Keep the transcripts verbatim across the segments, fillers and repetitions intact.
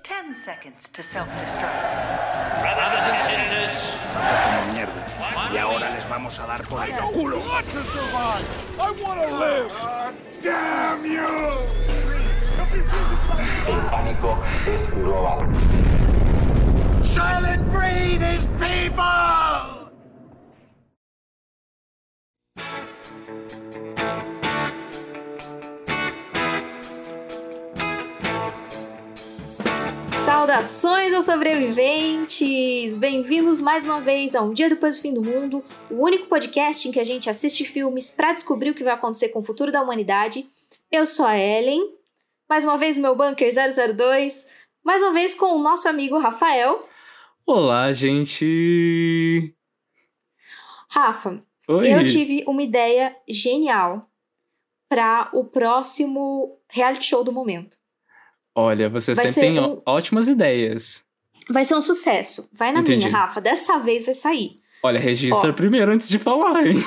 ten seconds to self-destruct. Brothers and sisters. Como mierda. Y ahora les vamos a dar por el culo. I want to survive. I want to live. Damn you! El pánico es global. Silent Breed is people! Saudações aos sobreviventes! Bem-vindos mais uma vez a Um Dia Depois do Fim do Mundo, o único podcast em que a gente assiste filmes pra descobrir o que vai acontecer com o futuro da humanidade. Eu sou a Ellen, mais uma vez no meu bunker zero zero dois, mais uma vez com o nosso amigo Rafael. Olá, gente! Rafa, Oi. eu tive uma ideia genial pra o próximo reality show do momento. Olha, você Vai sempre ser tem um- ótimas ideias. Vai ser um sucesso. Vai na Entendi. minha, Rafa. Dessa vez vai sair. Olha, registra Ó. primeiro antes de falar, hein?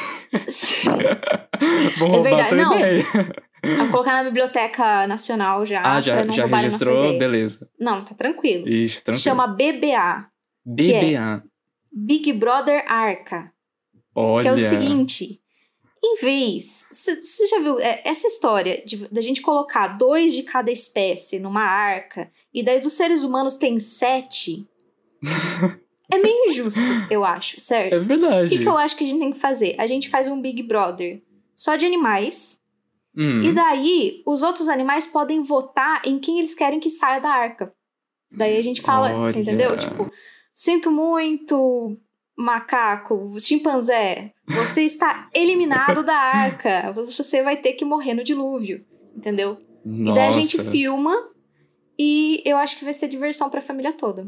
Vou É roubar verdade, sua não. ideia. Vou colocar na Biblioteca Nacional já. Ah, já, pra não já roubarem nossa registrou? ideia. Beleza. Não, tá tranquilo. Ixi, Se tranquilo. chama B B A, B B A. Big Brother Arca. Olha. Que é o seguinte, em vez... Você já viu é, essa história de, da gente colocar dois de cada espécie numa arca, e daí dos seres humanos tem sete? É meio injusto, eu acho, certo? É O verdade. que, que eu acho que a gente tem que fazer? A gente faz um Big Brother só de animais, Hum. e daí os outros animais podem votar em quem eles querem que saia da arca. Daí a gente fala, Olha. você entendeu? Tipo, sinto muito, macaco, chimpanzé, você está eliminado da arca. Você vai ter que morrer no dilúvio, entendeu? Nossa. E daí a gente filma e eu acho que vai ser diversão pra família toda.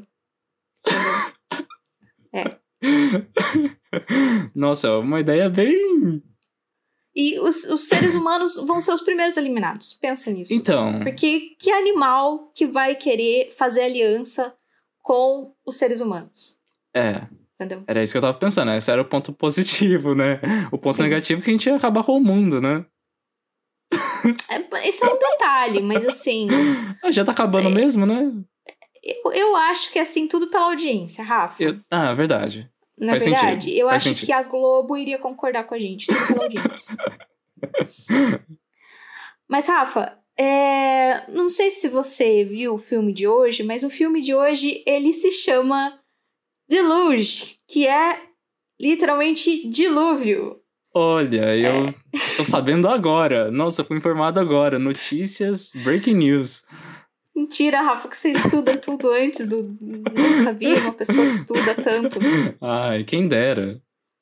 Entendeu? Nossa, uma ideia bem... E os, os seres humanos vão ser os primeiros eliminados. Pensa nisso. Então... Porque que animal que vai querer fazer aliança com os seres humanos? É, Entendeu? era isso que eu tava pensando. Esse era o ponto positivo, né? O ponto Sim. negativo é que a gente ia acabar com o mundo, né? É, esse é um detalhe, mas assim, Ah, já tá acabando mesmo, né? eu, eu acho que é assim, tudo pela audiência, Rafa. Eu- Ah, verdade. Na faz verdade, sentido, eu faz acho sentido. que a Globo iria concordar com a gente, tudo pela audiência. Mas, Rafa, é, não sei se você viu o filme de hoje, mas o filme de hoje, ele se chama Deluge, que é literalmente dilúvio. Olha, eu É. tô sabendo agora. Nossa, eu fui informado agora. Notícias, breaking news. Mentira, Rafa, que você estuda tudo antes do... Nunca vi uma pessoa que estuda tanto. Ai, quem dera.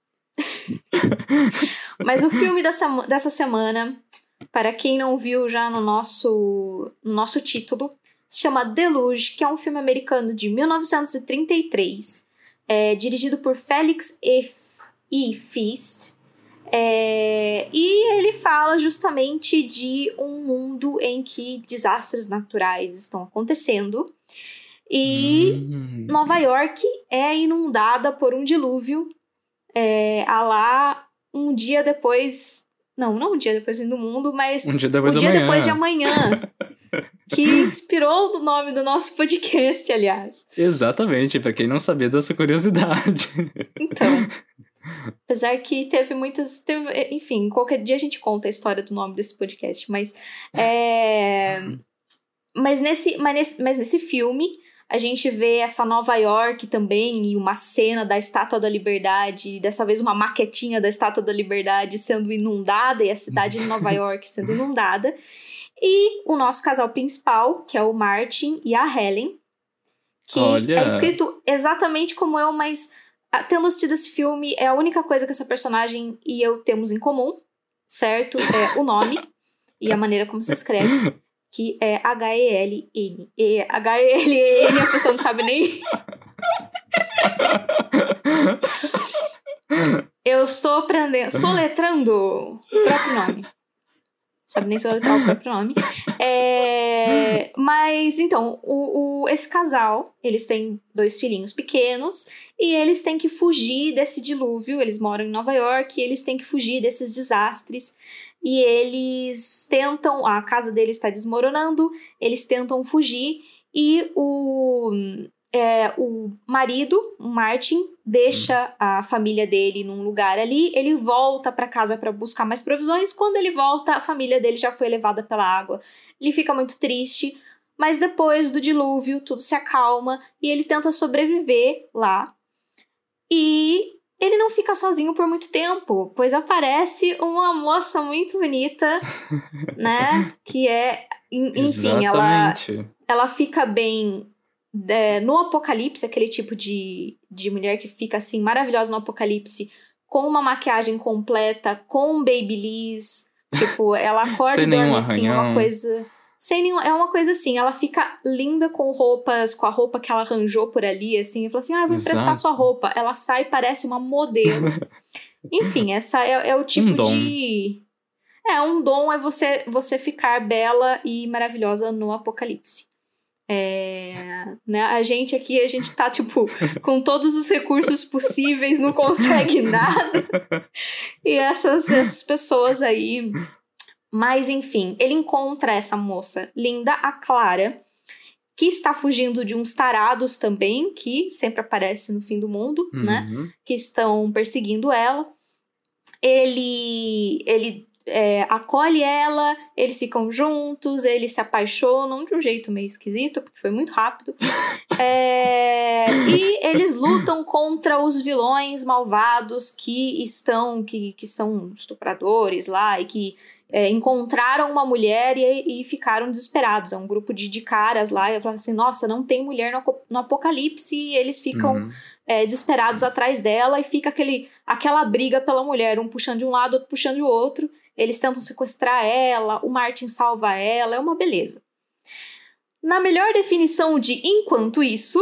Mas o filme dessa, dessa semana, para quem não viu já no nosso, no nosso título, se chama Deluge, que é um filme americano de mil novecentos e trinta e três, é, dirigido por Felix E. E. Feast. É, e ele fala justamente de um mundo em que desastres naturais estão acontecendo. E Hum. Nova York é inundada por um dilúvio, é, a lá um dia depois... Não, não um dia depois do fim do mundo, mas Um dia depois um da dia manhã. depois de amanhã. Que inspirou o nome do nosso podcast, aliás. Exatamente, pra quem não sabia dessa curiosidade. Então, apesar que teve muitas... Teve, enfim, qualquer dia a gente conta a história do nome desse podcast, mas... É, mas, nesse, mas, nesse, mas nesse filme, a gente vê essa Nova York também e uma cena da Estátua da Liberdade, dessa vez uma maquetinha da Estátua da Liberdade sendo inundada e a cidade de Nova York sendo inundada. E o nosso casal principal, que é o Martin e a Helen, que Olha. é escrito exatamente como eu, mas ah, tendo assistido esse filme, é a única coisa que essa personagem e eu temos em comum, certo? É o nome e a maneira como se escreve, que é H E L N. E H E L N, a pessoa não sabe nem... Eu estou aprendendo, soletrando o próprio nome. Sabe nem soletrar o próprio nome. É, mas, então, o, o, esse casal, eles têm dois filhinhos pequenos e eles têm que fugir desse dilúvio. Eles moram em Nova York e eles têm que fugir desses desastres. E eles tentam, a casa deles está desmoronando, eles tentam fugir e o, é, o marido, o Martin, deixa hum. a família dele num lugar ali, ele volta para casa para buscar mais provisões. Quando ele volta, a família dele já foi levada pela água. Ele fica muito triste, mas depois do dilúvio, tudo se acalma e ele tenta sobreviver lá. E ele não fica sozinho por muito tempo, pois aparece uma moça muito bonita, né? Que é, enfim, ela, ela fica bem é, no apocalipse, aquele tipo de, de mulher que fica assim, maravilhosa no apocalipse, com uma maquiagem completa, com babyliss, tipo, ela acorda e dorme assim, uma coisa... Sem nenhum, é uma coisa assim, ela fica linda com roupas, com a roupa que ela arranjou por ali, assim, e fala assim, ah, eu vou emprestar Exato. Sua roupa. Ela sai e parece uma modelo. Enfim, essa é, é o tipo um dom. de... É, um dom é você, você ficar bela e maravilhosa no apocalipse. É, né, a gente aqui, a gente tá, tipo, com todos os recursos possíveis, não consegue nada. E essas, essas pessoas aí... Mas, enfim, ele encontra essa moça linda, a Clara, que está fugindo de uns tarados também, que sempre aparece no fim do mundo, uhum. né? Que estão perseguindo ela. Ele, ele é, acolhe ela, eles ficam juntos, eles se apaixonam de um jeito meio esquisito, porque foi muito rápido. é, e eles lutam contra os vilões malvados que estão, que, que são estupradores lá e que É, encontraram uma mulher e, e ficaram desesperados. É um grupo de, de caras lá e falaram assim, nossa, não tem mulher no, no apocalipse, e eles ficam uhum. é, desesperados atrás dela e fica aquele, aquela briga pela mulher, um puxando de um lado, outro puxando de outro. Eles tentam sequestrar ela, o Martin salva ela, é uma beleza. Na melhor definição de enquanto isso,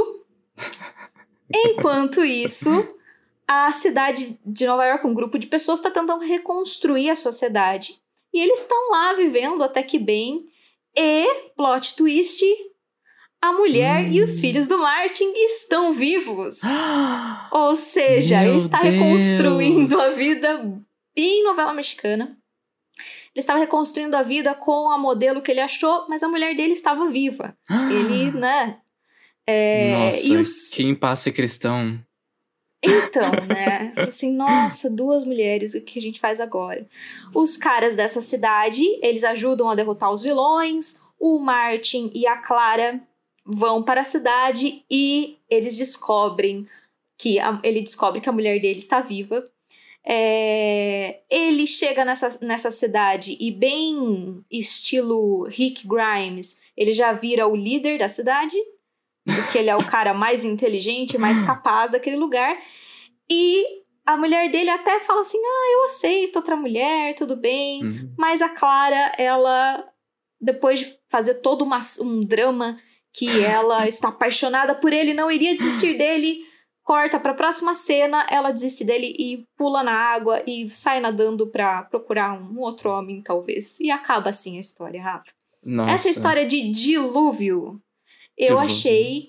enquanto isso, a cidade de Nova York, um grupo de pessoas está tentando reconstruir a sociedade. E eles estão lá vivendo até que bem. E, plot twist, a mulher hum. e os filhos do Martin estão vivos. Ou seja, Meu ele está Deus. reconstruindo a vida bem novela mexicana. Ele estava reconstruindo a vida com a modelo que ele achou, mas a mulher dele estava viva. Ele, né? É, Nossa, e os... que impasse cristão. Então, né? Assim, nossa, duas mulheres, o que a gente faz agora? Os caras dessa cidade, eles ajudam a derrotar os vilões. O Martin e a Clara vão para a cidade e eles descobrem que a, ele descobre que a mulher dele está viva. É, ele chega nessa, nessa cidade e, bem estilo Rick Grimes, ele já vira o líder da cidade, porque ele é o cara mais inteligente, mais capaz daquele lugar. E a mulher dele até fala assim, ah, eu aceito outra mulher, tudo bem. Uhum. Mas a Clara, ela, depois de fazer todo uma, um drama que ela está apaixonada por ele, não iria desistir dele, corta pra próxima cena, ela desiste dele e pula na água e sai nadando pra procurar um outro homem, talvez. E acaba assim a história, Rafa. Nossa. Essa história de dilúvio, eu dilúvio. achei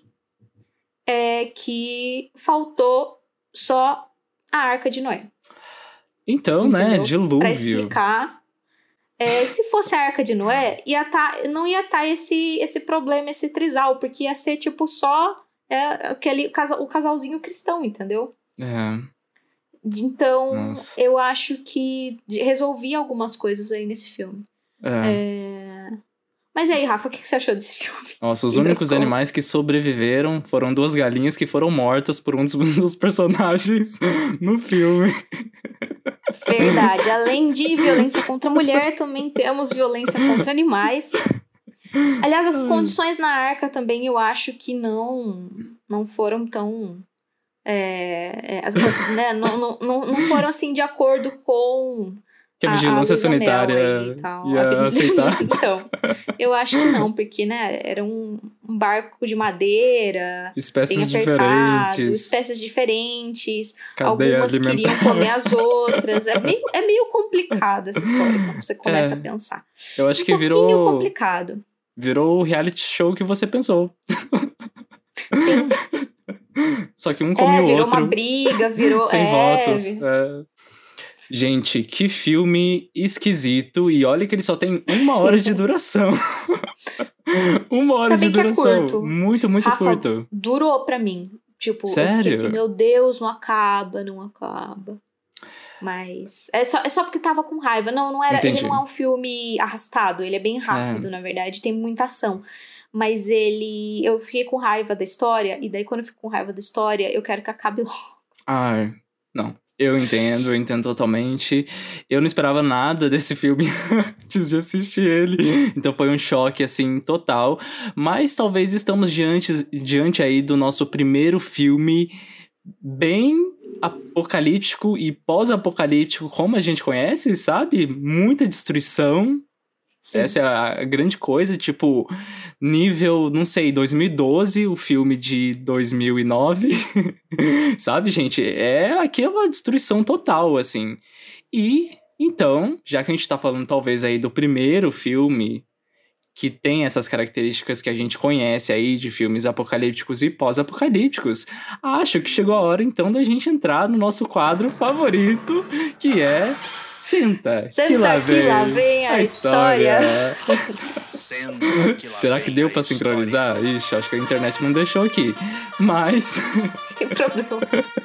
é, que faltou só a Arca de Noé. Então, Entendeu? né, dilúvio. Pra explicar. É, se fosse a Arca de Noé, ia tá, não ia estar tá esse, esse problema, esse trisal, porque ia ser tipo só é, aquele, o casalzinho cristão, entendeu? É. Então, Nossa. eu acho que resolvi algumas coisas aí nesse filme. É. É... Mas e aí, Rafa, o que você achou desse filme? Nossa, os únicos animais que sobreviveram foram duas galinhas que foram mortas por um dos personagens no filme. Verdade. Além de violência contra a mulher, também temos violência contra animais. Aliás, as condições na arca também eu acho que não, não foram tão... É, é, as, né, não, não, não foram assim de acordo com... Que a vigilância a, a sanitária ia aceitar. Então, eu acho que não, porque, né, era um, um barco de madeira, espécies bem apertado, diferentes. espécies diferentes, Cadeia algumas alimentar. queriam comer as outras. É meio, é meio complicado essa história, quando você começa é, a pensar. Eu acho um que virou... Um pouquinho complicado. Virou o reality show que você pensou. Sim. Só que um come é, o outro. Virou uma briga, virou... Sem é, votos. É. Gente, que filme esquisito. E olha que ele só tem uma hora de duração. Uma hora Tá de bem que é duração. curto. Muito, muito Rafa, curto. durou pra mim. Tipo, eu Sério? fiquei assim, meu Deus, não acaba, não acaba. Mas é só, é só porque tava com raiva. Não, não era, Entendi. ele não é um filme arrastado, ele é bem rápido, É. na verdade, tem muita ação. Mas ele... Eu fiquei com raiva da história, e daí quando eu fico com raiva da história, eu quero que acabe logo. Ai, não. Eu entendo, eu entendo totalmente. Eu não esperava nada desse filme antes de assistir ele. Então foi um choque, assim, total. Mas talvez estamos diante, diante aí do nosso primeiro filme bem apocalíptico e pós-apocalíptico, como a gente conhece, sabe? Muita destruição. Sim. Essa é a grande coisa, tipo, nível, não sei, dois mil e doze, o filme de dois mil e nove, sabe, gente? É aquela destruição total, assim. E, então, já que a gente tá falando talvez aí do primeiro filme que tem essas características que a gente conhece aí de filmes apocalípticos e pós-apocalípticos, acho que chegou a hora, então, da gente entrar no nosso quadro favorito, que é... Senta, Senta que lá que vem, lá vem a história. Sendo que lá Será vem que deu a pra história. sincronizar? Ixi, acho que a internet não deixou aqui. Mas... Tem problema.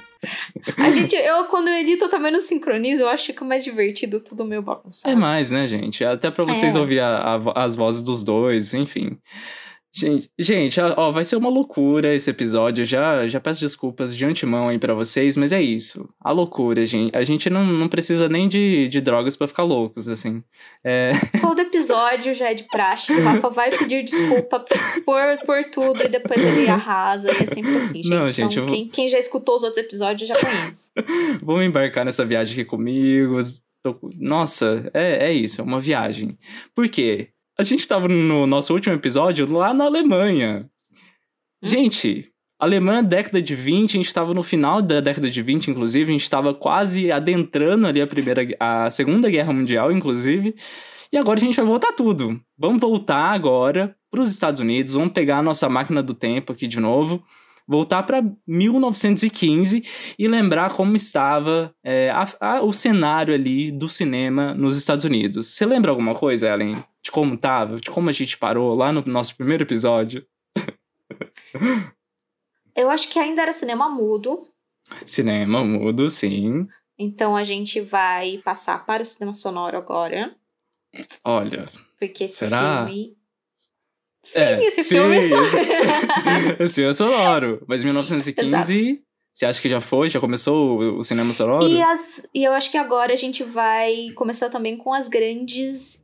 A gente, eu quando eu edito eu também não sincronizo, eu acho que fica mais divertido, tudo meio bagunçado. é mais, né, gente? Até pra vocês É. ouvir a- a- as vozes dos dois, enfim. Gente, gente, ó, vai ser uma loucura esse episódio. Já, já peço desculpas de antemão aí pra vocês, mas é isso. A loucura, gente. A gente não, não precisa nem de, de drogas pra ficar loucos, assim. É... Todo episódio já é de praxe, o Rafa vai pedir desculpa por, por tudo e depois ele arrasa, e é sempre assim, gente. Não, gente, então, eu vou- quem, quem já escutou os outros episódios já conhece. Vamos embarcar nessa viagem aqui comigo. Tô- Nossa, é, é isso, é uma viagem. Por quê? A gente tava no nosso último episódio lá na Alemanha. Hum. Gente, Alemanha, década de vinte, a gente tava no final da década de vinte, inclusive, a gente tava quase adentrando ali a primeira, a Segunda Guerra Mundial, inclusive. E agora a gente vai voltar tudo. Vamos voltar agora pros Estados Unidos, vamos pegar a nossa máquina do tempo aqui de novo. Voltar para mil novecentos e quinze e lembrar como estava é, a- a- o cenário ali do cinema nos Estados Unidos. Você lembra alguma coisa, Ellen? De como tava? De como a gente parou lá no nosso primeiro episódio? Eu acho que ainda era cinema mudo, Cinema mudo, sim. então a gente vai passar para o cinema sonoro agora, Olha, porque esse Será? filme... Sim, É, esse sim, filme é só... esse- esse é sonoro. Mas mil novecentos e quinze, você acha que já foi? Já começou o, o cinema sonoro? E, as, e eu acho que agora a gente vai começar também com as grandes,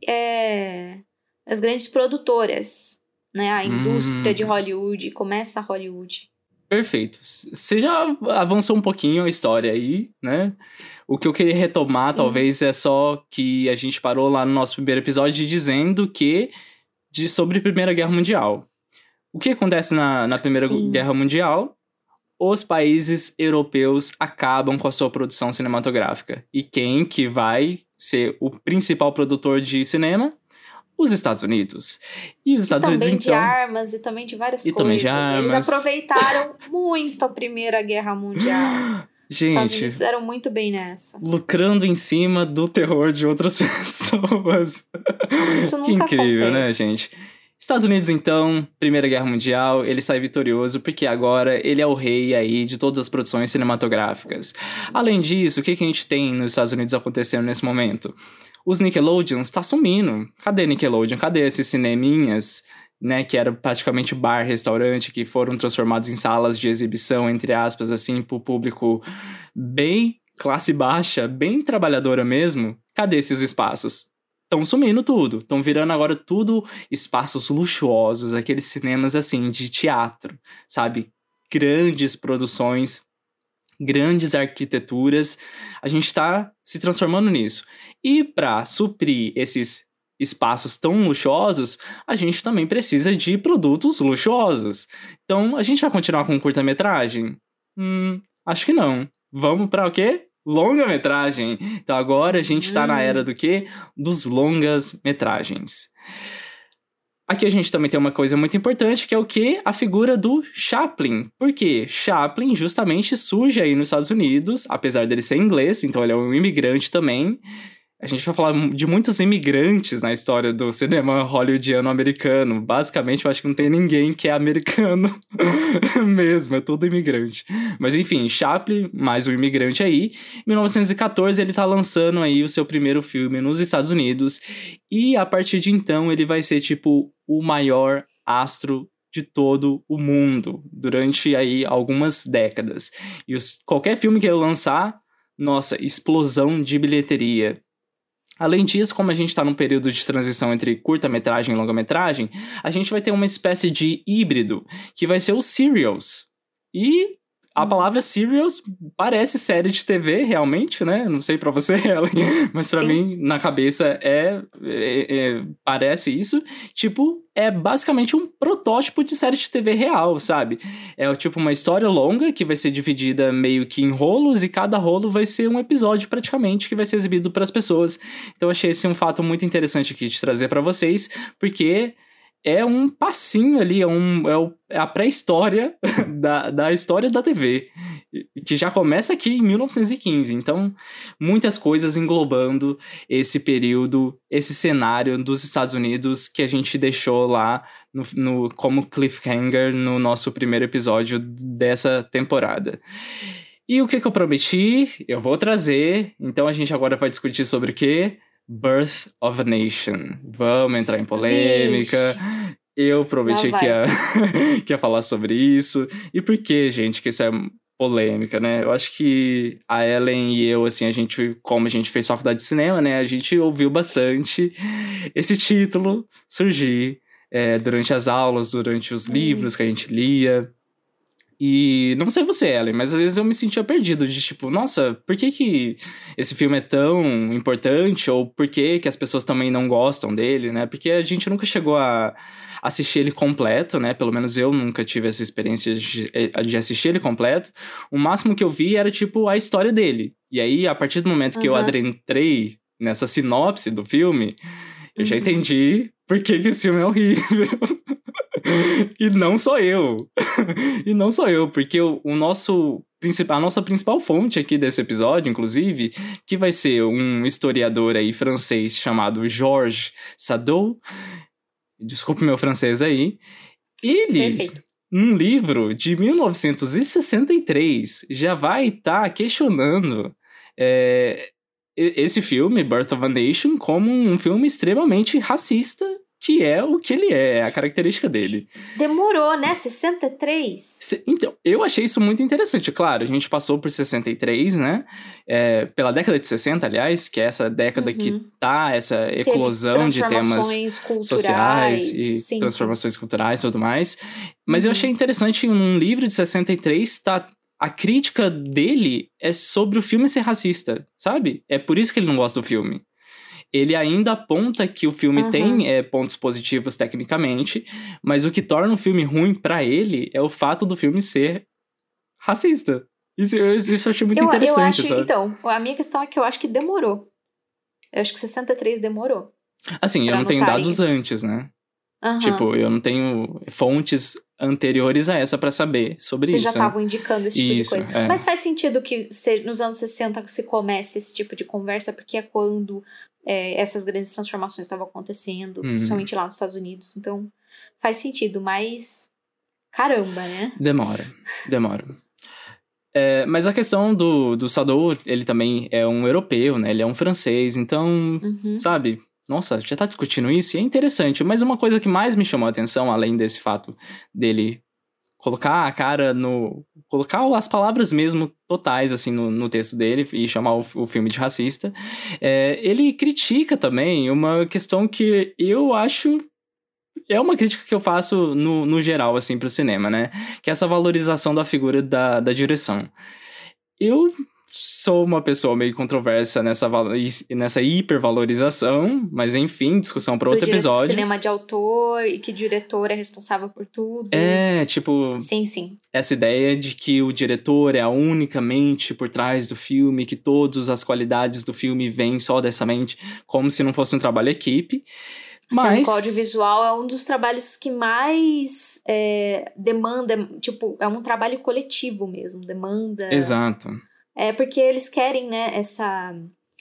é, as grandes produtoras, né? A indústria Hum. de Hollywood, começa a Hollywood. Perfeito. Você já avançou um pouquinho a história aí, né? O que eu queria retomar, Uhum. talvez, é só que a gente parou lá no nosso primeiro episódio dizendo que... De, sobre a Primeira Guerra Mundial. O que acontece na, na Primeira Sim. Guerra Mundial? Os países europeus acabam com a sua produção cinematográfica. E quem que vai ser o principal produtor de cinema? Os Estados Unidos. E os Estados também Unidos, de então... armas e também de várias E coisas. também de Eles armas. aproveitaram muito a Primeira Guerra Mundial. Os Estados Gente, Unidos eram muito bem nessa. lucrando em cima do terror de outras pessoas. Isso Que nunca incrível, né, acontece. gente? Estados Unidos, então, Primeira Guerra Mundial, ele sai vitorioso porque agora ele é o rei aí de todas as produções cinematográficas. Além disso, o que, que a gente tem nos Estados Unidos acontecendo nesse momento? Os Nickelodeons tá sumindo. Cadê Nickelodeon? Cadê esses cineminhas, né, que era praticamente bar, restaurante, que foram transformados em salas de exibição, entre aspas, assim, pro público bem classe baixa, bem trabalhadora mesmo? Cadê esses espaços? Estão sumindo tudo. Estão virando agora tudo espaços luxuosos, aqueles cinemas, assim, de teatro, sabe? Grandes produções, grandes arquiteturas. A gente está se transformando nisso. E para suprir esses espaços tão luxuosos, a gente também precisa de produtos luxuosos. Então, a gente vai continuar com curta-metragem? Hum, acho que não. Vamos para o quê? Longa-metragem. Então, agora a gente tá Hum. na era do quê? Dos longas-metragens. Aqui a gente também tem uma coisa muito importante, que é o quê? A figura do Chaplin. Por quê? Chaplin justamente surge aí nos Estados Unidos, apesar dele ser inglês, então ele é um imigrante também. a gente vai falar de muitos imigrantes na história do cinema hollywoodiano americano. Basicamente, eu acho que não tem ninguém que é americano mesmo, é tudo imigrante. Mas enfim, Chaplin, mais um imigrante aí. Em mil novecentos e catorze, ele tá lançando aí o seu primeiro filme nos Estados Unidos. E a partir de então, ele vai ser tipo o maior astro de todo o mundo, durante aí algumas décadas. E os, qualquer filme que ele lançar, nossa, explosão de bilheteria. Além disso, como a gente está num período de transição entre curta-metragem e longa-metragem, a gente vai ter uma espécie de híbrido, que vai ser os serials. E a palavra serials parece série de T V, realmente, né? Não sei pra você, Ellen, mas pra Sim. mim, na cabeça, é, é, é... parece isso. Tipo, é basicamente um protótipo de série de T V real, sabe? É tipo uma história longa que vai ser dividida meio que em rolos, e cada rolo vai ser um episódio, praticamente, que vai ser exibido pras pessoas. Então, achei esse um fato muito interessante aqui de trazer pra vocês, porque é um passinho ali, é, um, é, o, é a pré-história da, da história da T V, que já começa aqui em mil novecentos e quinze. Então, muitas coisas englobando esse período, esse cenário dos Estados Unidos que a gente deixou lá no, no, como cliffhanger no nosso primeiro episódio dessa temporada. E o que, que eu prometi? Eu vou trazer. Então, a gente agora vai discutir sobre o quê? Birth of a Nation. Vamos entrar em polêmica. Vixe. Eu prometi que ia, que ia falar sobre isso. E por que, gente, que isso é polêmica, né? Eu acho que a Ellen e eu, assim, a gente, como a gente fez faculdade de cinema, né? A gente ouviu bastante esse título surgir é, durante as aulas, durante os hum. livros que a gente lia. E não sei você, Ellen, mas às vezes eu me sentia perdido de tipo, nossa, por que que esse filme é tão importante? Ou por que que as pessoas também não gostam dele, né? Porque a gente nunca chegou a assistir ele completo, né? Pelo menos eu nunca tive essa experiência de, de assistir ele completo. O máximo que eu vi era, tipo, a história dele. E aí, a partir do momento que uhum. eu adentrei nessa sinopse do filme, eu uhum. já entendi por que que esse filme é horrível. E não sou eu. E não sou eu, porque o, o nosso, a nossa principal fonte aqui desse episódio, inclusive, que vai ser um historiador aí francês chamado Georges Sadaud. Desculpe meu francês aí. Ele, Perfeito. num livro de mil novecentos e sessenta e três, já vai estar tá questionando é, esse filme, Birth of a Nation, como um filme extremamente racista, que é o que ele é, é a característica dele. Demorou, né? sessenta e três? Então, eu achei isso muito interessante. Claro, a gente passou por sessenta e três, né? É, pela década de sessenta, aliás, que é essa década uhum. que tá essa eclosão de temas sociais e sim, transformações sim. culturais e tudo mais. Mas uhum. eu achei interessante, num livro de sessenta e três, tá... a crítica dele é sobre o filme ser racista, sabe? É por isso que ele não gosta do filme. Ele ainda aponta que o filme uhum. tem é, pontos positivos tecnicamente, mas o que torna o filme ruim pra ele é o fato do filme ser racista. Isso, isso eu achei muito eu, interessante, eu acho, sabe? Então, a minha questão é que eu acho que demorou. Eu acho que sessenta e três demorou. Assim, eu não tenho dados isso. antes, né? Uhum. Tipo, eu não tenho fontes anteriores a essa pra saber sobre Vocês isso. Vocês já estavam né? indicando esse tipo isso, de coisa. É. Mas faz sentido que nos anos sessenta se comece esse tipo de conversa, porque é quando é, essas grandes transformações estavam acontecendo, uhum. principalmente lá nos Estados Unidos. Então, faz sentido, mas caramba, né? Demora, demora. É, mas a questão do, do Sadaud, ele também é um europeu, né? Ele é um francês, então, uhum. sabe... Nossa, já tá discutindo isso e é interessante. Mas uma coisa que mais me chamou a atenção, além desse fato dele colocar a cara no... Colocar as palavras mesmo totais, assim, no, no texto dele e chamar o, o filme de racista, é, ele critica também uma questão que eu acho... É uma crítica que eu faço no, no geral, assim, pro cinema, né? Que é essa valorização da figura da, da direção. Eu... Sou uma pessoa meio controversa nessa, nessa hipervalorização, mas enfim, discussão para outro episódio. Cinema de autor e que o diretor é responsável por tudo. É, tipo... Sim, sim. Essa ideia de que o diretor é a única mente por trás do filme, que todas as qualidades do filme vêm só dessa mente, como se não fosse um trabalho equipe. Mas... Sendo que o audiovisual é um dos trabalhos que mais é, demanda, tipo, é um trabalho coletivo mesmo, demanda... Exato. É porque eles querem, né, essa...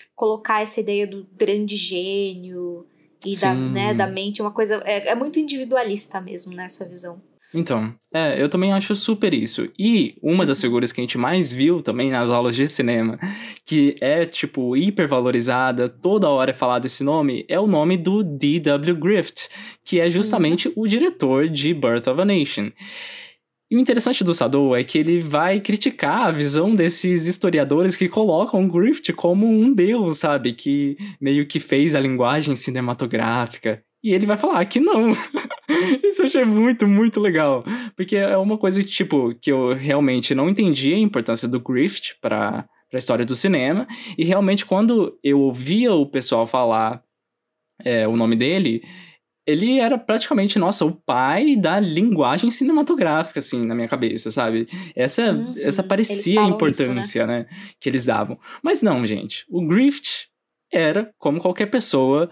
colocar essa ideia do grande gênio e da, né, da mente, uma coisa... É, é muito individualista mesmo, nessa visão. Então, é, eu também acho super isso. E uma das figuras que a gente mais viu também nas aulas de cinema, que é, tipo, hipervalorizada, toda hora é falado esse nome, é o nome do D W Griffith, que é justamente uhum. o diretor de Birth of a Nation. E o interessante do Sado é que ele vai criticar a visão desses historiadores que colocam o Griffith como um deus, sabe? Que meio que fez a linguagem cinematográfica. E ele vai falar que não. Isso eu achei muito, muito legal. Porque é uma coisa que, tipo, que eu realmente não entendi a importância do Griffith para a história do cinema. E realmente, quando eu ouvia o pessoal falar é, o nome dele, ele era praticamente, nossa, o pai da linguagem cinematográfica, assim, na minha cabeça, sabe? Essa, uhum. essa parecia a importância, isso, né? né, que eles davam. Mas não, gente. O Griffith era, como qualquer pessoa...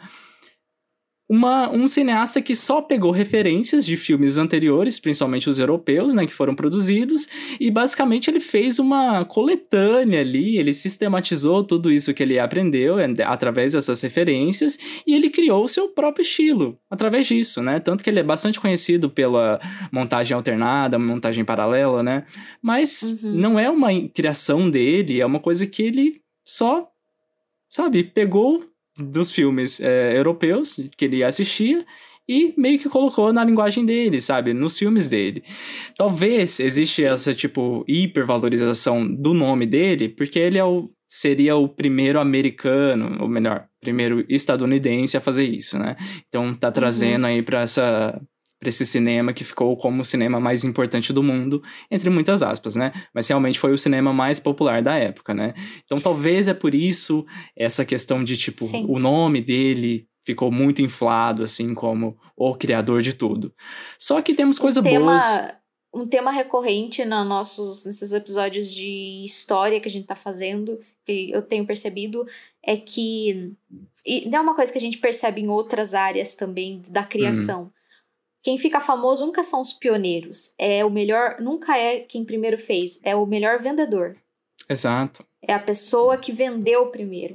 Uma, um cineasta que só pegou referências de filmes anteriores, principalmente os europeus, né, que foram produzidos, e basicamente ele fez uma coletânea ali, ele sistematizou tudo isso que ele aprendeu através dessas referências, e ele criou o seu próprio estilo através disso, né, tanto que ele é bastante conhecido pela montagem alternada, montagem paralela, né, mas uhum. não é uma criação dele, é uma coisa que ele só, sabe, pegou dos filmes é, europeus que ele assistia e meio que colocou na linguagem dele, sabe? Nos filmes dele. Talvez existe Sim. essa, tipo, hipervalorização do nome dele, porque ele é o, seria o primeiro americano, ou melhor, primeiro estadunidense a fazer isso, né? Então tá trazendo uhum. aí pra essa... para esse cinema que ficou como o cinema mais importante do mundo, entre muitas aspas, né? Mas realmente foi o cinema mais popular da época, né? Então talvez é por isso essa questão de, tipo, Sim. o nome dele ficou muito inflado, assim, como o criador de tudo. Só que temos coisas um boas... Um tema recorrente na nossos, nesses episódios de história que a gente tá fazendo, que eu tenho percebido, é que... E é uma coisa que a gente percebe em outras áreas também da criação. Hum. Quem fica famoso nunca são os pioneiros. É o melhor, nunca é quem primeiro fez. É o melhor vendedor. Exato. É a pessoa que vendeu primeiro.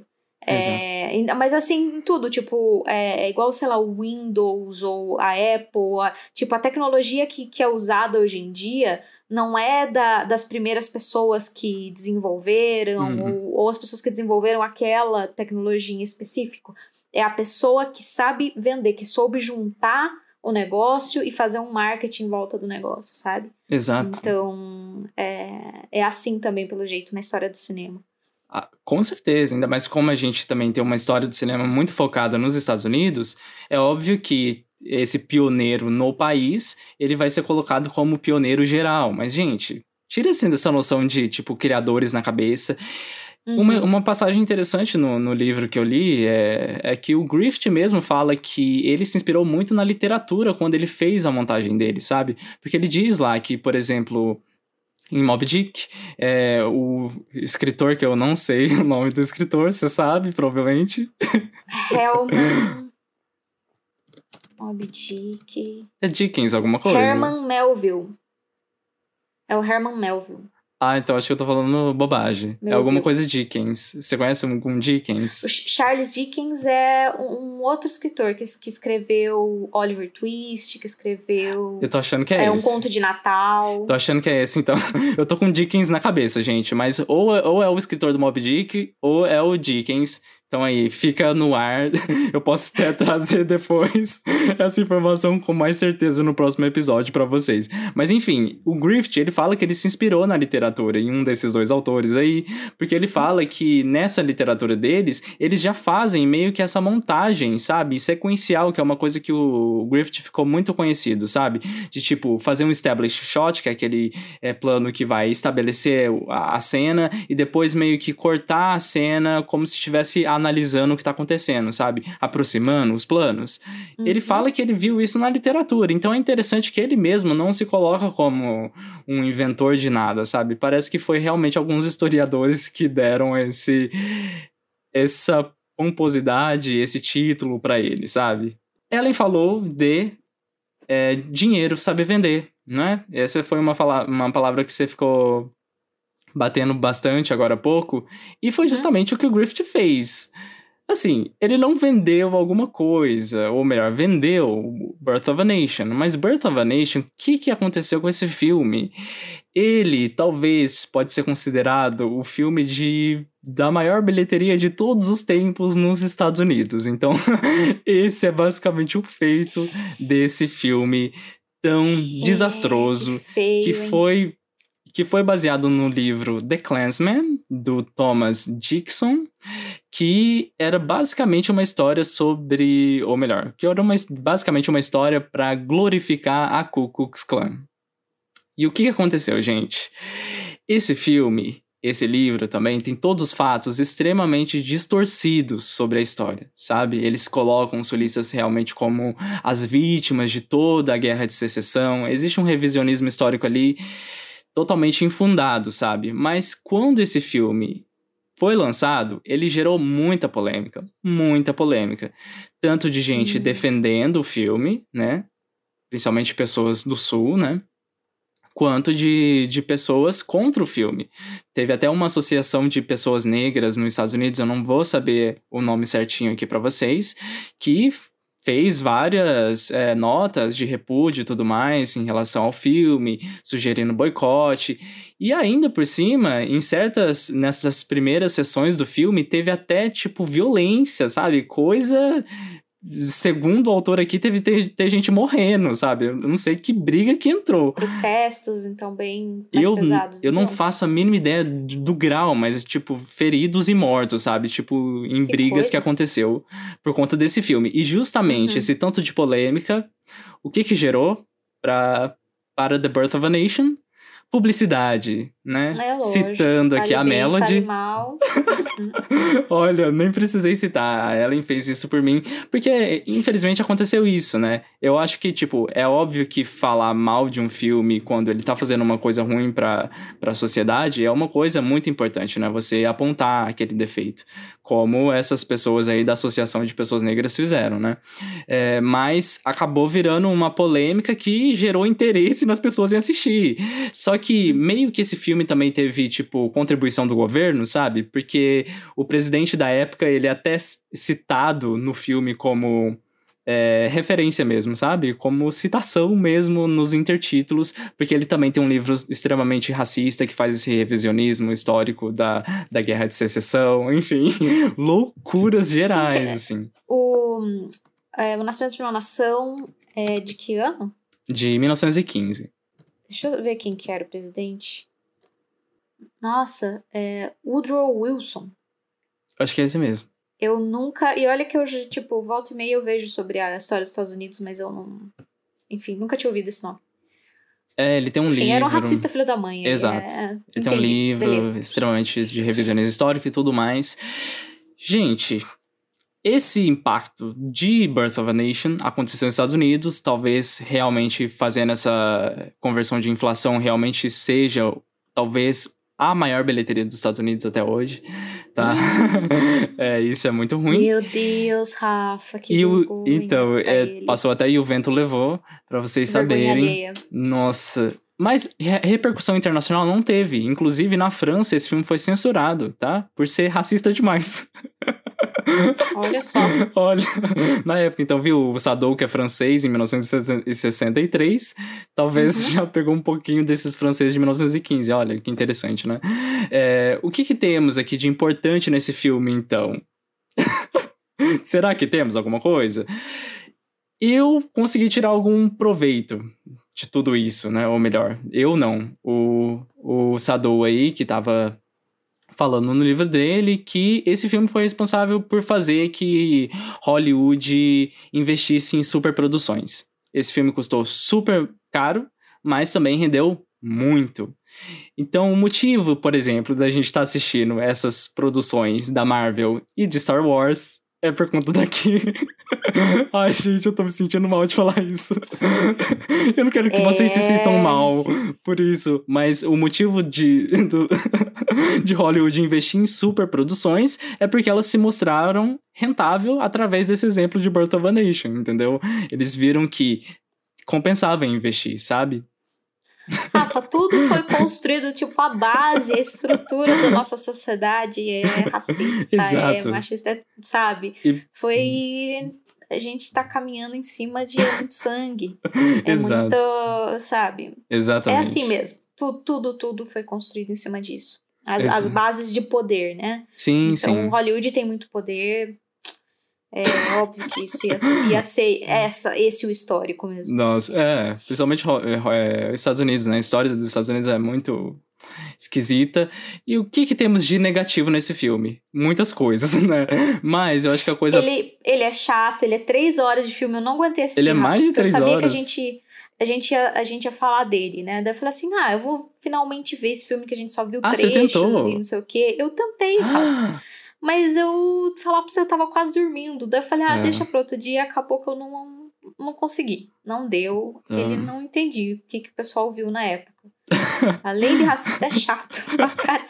É, mas assim, em tudo, tipo, é, é igual, sei lá, o Windows ou a Apple, a, tipo, a tecnologia que, que é usada hoje em dia não é da, das primeiras pessoas que desenvolveram, uhum. ou, ou as pessoas que desenvolveram aquela tecnologia em específico. É a pessoa que sabe vender, que soube juntar o negócio e fazer um marketing em volta do negócio, sabe? Exato. Então, é, é assim também, pelo jeito, na história do cinema. Ah, com certeza, ainda mais como a gente também tem uma história do cinema muito focada nos Estados Unidos, é óbvio que esse pioneiro no país, ele vai ser colocado como pioneiro geral. Mas, gente, tira assim dessa noção de, tipo, criadores na cabeça. Uhum. Uma, uma passagem interessante no, no livro que eu li é, é que o Griffith mesmo fala que ele se inspirou muito na literatura quando ele fez a montagem dele, sabe? Porque ele diz lá que, por exemplo, em Moby Dick, é, o escritor, que eu não sei o nome do escritor, você sabe, provavelmente. Herman... Moby Dick... É Dickens, alguma coisa? Herman Melville. É o Herman Melville. Ah, então acho que eu tô falando bobagem. Meu é alguma Deus. Coisa Dickens. Você conhece algum Dickens? O Charles Dickens é um outro escritor que, que escreveu Oliver Twist, que escreveu... Eu tô achando que é, é esse. Um Conto de Natal. Tô achando que é esse, então. Eu tô com Dickens na cabeça, gente. Mas ou é, ou é o escritor do Moby Dick, ou é o Dickens. Então aí, fica no ar. Eu posso até trazer depois essa informação com mais certeza no próximo episódio pra vocês. Mas enfim, o Griffith, ele fala que ele se inspirou na literatura, em um desses dois autores aí, porque ele fala que nessa literatura deles, eles já fazem meio que essa montagem, sabe? Sequencial, que é uma coisa que o Griffith ficou muito conhecido, sabe? De tipo, fazer um establish shot, que é aquele é, plano que vai estabelecer a, a cena, e depois meio que cortar a cena como se estivesse analisando o que tá acontecendo, sabe? Aproximando os planos. Uhum. Ele fala que ele viu isso na literatura, então é interessante que ele mesmo não se coloca como um inventor de nada, sabe? Parece que foi realmente alguns historiadores que deram esse essa pomposidade, esse título pra ele, sabe? Ellen falou de é, dinheiro saber vender, não é? Essa foi uma, fala- uma palavra que você ficou batendo bastante agora há pouco, e foi justamente uhum. o que o Griffith fez. Assim, ele não vendeu alguma coisa, ou melhor, vendeu Birth of a Nation, mas Birth of a Nation, o que, que aconteceu com esse filme? Ele, talvez, pode ser considerado o filme de, da maior bilheteria de todos os tempos nos Estados Unidos. Então, esse é basicamente o feito desse filme tão desastroso, que, feio, que foi... que foi baseado no livro The Klansman, do Thomas Dixon, que era basicamente uma história sobre, ou melhor, que era uma, basicamente uma história para glorificar a Ku Klux Klan. E o que aconteceu, gente? Esse filme, esse livro também, tem todos os fatos extremamente distorcidos sobre a história, sabe? Eles colocam os sulistas realmente como as vítimas de toda a Guerra de Secessão. Existe um revisionismo histórico ali totalmente infundado, sabe? Mas quando esse filme foi lançado, ele gerou muita polêmica, muita polêmica. Tanto de gente uhum. defendendo o filme, né? Principalmente pessoas do Sul, né? Quanto de, de pessoas contra o filme. Teve até uma associação de pessoas negras nos Estados Unidos, eu não vou saber o nome certinho aqui pra vocês, que fez várias é, notas de repúdio e tudo mais em relação ao filme, sugerindo boicote. E ainda por cima, em certas, nessas primeiras sessões do filme, teve até, tipo, violência, sabe? Coisa... Segundo o autor aqui, teve ter, ter gente morrendo, sabe? Eu não sei que briga que entrou. Protestos, então, bem mais eu, pesados. Eu então. não faço a mínima ideia do, do grau, mas, tipo, feridos e mortos, sabe? Tipo, em que brigas coisa. que aconteceu por conta desse filme. E justamente uhum. esse tanto de polêmica, o que que gerou pra, para The Birth of a Nation? Publicidade, né? É lógico. Citando aqui fale a bem, Melody. Fale mal. Olha, nem precisei citar. A Ellen fez isso por mim, porque infelizmente aconteceu isso, né? Eu acho que, tipo, é óbvio que falar mal de um filme quando ele tá fazendo uma coisa ruim pra, pra sociedade é uma coisa muito importante, né? Você apontar aquele defeito, como essas pessoas aí da Associação de Pessoas Negras fizeram, né? É, mas acabou virando uma polêmica que gerou interesse nas pessoas em assistir. Só que meio que esse filme também teve, tipo, contribuição do governo, sabe? Porque o presidente da época, ele é até citado no filme como é, referência mesmo, sabe? Como citação mesmo nos intertítulos, porque ele também tem um livro extremamente racista que faz esse revisionismo histórico da, da Guerra de Secessão, enfim, loucuras gerais, assim. O, é, o Nascimento de uma Nação é de que ano? De mil novecentos e quinze. Deixa eu ver quem que era o presidente. Nossa, é Woodrow Wilson. Acho que é esse mesmo. Eu nunca... E olha que eu, tipo, volta e meia eu vejo sobre a história dos Estados Unidos, mas eu não... Enfim, nunca tinha ouvido esse nome. É, ele tem um Enfim, livro... era um racista filho da mãe. Exato. É... Ele Entendi. tem um livro Beleza. extremamente de revisionismo histórico e tudo mais. Gente... Esse impacto de Birth of a Nation aconteceu nos Estados Unidos, talvez realmente fazendo essa conversão de inflação realmente seja, talvez, a maior bilheteria dos Estados Unidos até hoje, tá? é, isso é muito ruim. Meu Deus, Rafa, que e vergonha. o, Então, é, passou até E o Vento Levou, pra vocês Vergonha saberem. alheia. Nossa... Mas re- repercussão internacional não teve. Inclusive, na França, esse filme foi censurado, tá? Por ser racista demais. Olha só. Olha, na época, então, viu? O Sado, que é francês, em mil novecentos e sessenta e três, talvez uhum. já pegou um pouquinho desses franceses de mil novecentos e quinze. Olha, que interessante, né? É, o que que temos aqui de importante nesse filme, então? Será que temos alguma coisa? Eu consegui tirar algum proveito de tudo isso, né? Ou melhor, eu não. O, o Sado aí, que tava falando no livro dele, que esse filme foi responsável por fazer que Hollywood investisse em superproduções. Esse filme custou super caro, mas também rendeu muito. Então, o motivo, por exemplo, da gente estar tá assistindo essas produções da Marvel e de Star Wars é por conta daqui. Ai, gente, eu tô me sentindo mal de falar isso. Eu não quero que é... vocês se sintam mal por isso. Mas o motivo de, do, de Hollywood investir em superproduções é porque elas se mostraram rentável através desse exemplo de Birth of a Nation, entendeu? Eles viram que compensava investir, sabe? Rafa, tudo foi construído, tipo, a base, a estrutura da nossa sociedade é racista, Exato. é machista, é, sabe? E- Foi... A gente tá caminhando em cima de muito sangue. É Exato. muito, sabe? Exatamente. É assim mesmo. Tudo, tudo, tudo foi construído em cima disso. As, Exato. as bases de poder, né? Sim, Então, sim. Hollywood tem muito poder. É óbvio que isso ia, ia ser essa, esse o histórico mesmo. Nossa, é, principalmente é, é, Estados Unidos, né? A história dos Estados Unidos é muito esquisita. E o que que temos de negativo nesse filme? Muitas coisas, né? Mas eu acho que a coisa... Ele, ele é chato, ele é três horas de filme, eu não aguentei assistir. Ele é mais de porque três Eu sabia horas. que a gente, a, gente ia, a gente ia falar dele, né? Daí eu falei assim, ah, eu vou finalmente ver esse filme que a gente só viu Ah, você trechos tentou? e não sei o quê. Eu tentei, Rafa. Ah, Mas eu, falar pra você, eu tava quase dormindo. Daí eu falei, ah, É. deixa pra outro dia. Acabou que eu não, não consegui. Não deu. Ah. Ele não entendi o que, que o pessoal viu na época. Além de racista, é chato pra caralho.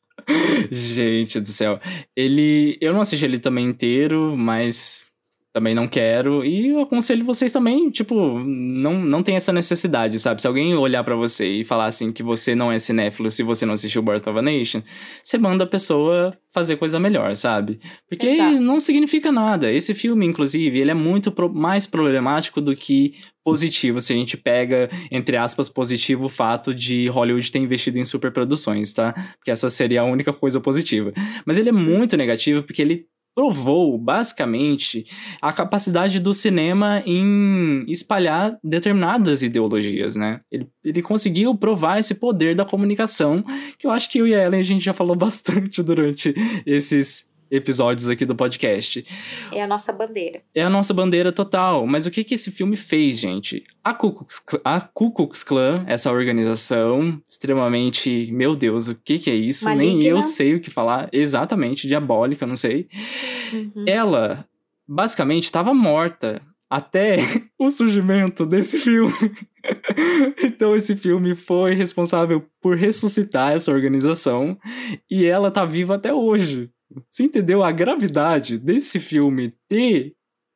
gente do céu. Ele... Eu não assisti ele também inteiro, mas... Também não quero. E eu aconselho vocês também, tipo, não, não tem essa necessidade, sabe? Se alguém olhar pra você e falar assim que você não é cinéfilo se você não assistiu Birth of a Nation, você manda a pessoa fazer coisa melhor, sabe? Porque Exato. não significa nada. Esse filme, inclusive, ele é muito pro- mais problemático do que positivo, se a gente pega, entre aspas, positivo o fato de Hollywood ter investido em superproduções, tá? Porque essa seria a única coisa positiva. Mas ele é muito negativo porque ele provou, basicamente, a capacidade do cinema em espalhar determinadas ideologias, né? Ele, ele conseguiu provar esse poder da comunicação, que eu acho que eu e a Ellen, a gente já falou bastante durante esses episódios aqui do podcast. É a nossa bandeira. É a nossa bandeira total. Mas o que que esse filme fez, gente? A Ku Klux, a Ku Klux Klan, essa organização extremamente... Meu Deus, o que que é isso? Nem Maligna. eu sei o que falar. Exatamente, diabólica, não sei. Uhum. Ela, basicamente, estava morta até o surgimento desse filme. Então esse filme foi responsável por ressuscitar essa organização e ela tá viva até hoje. Você entendeu a gravidade desse filme ter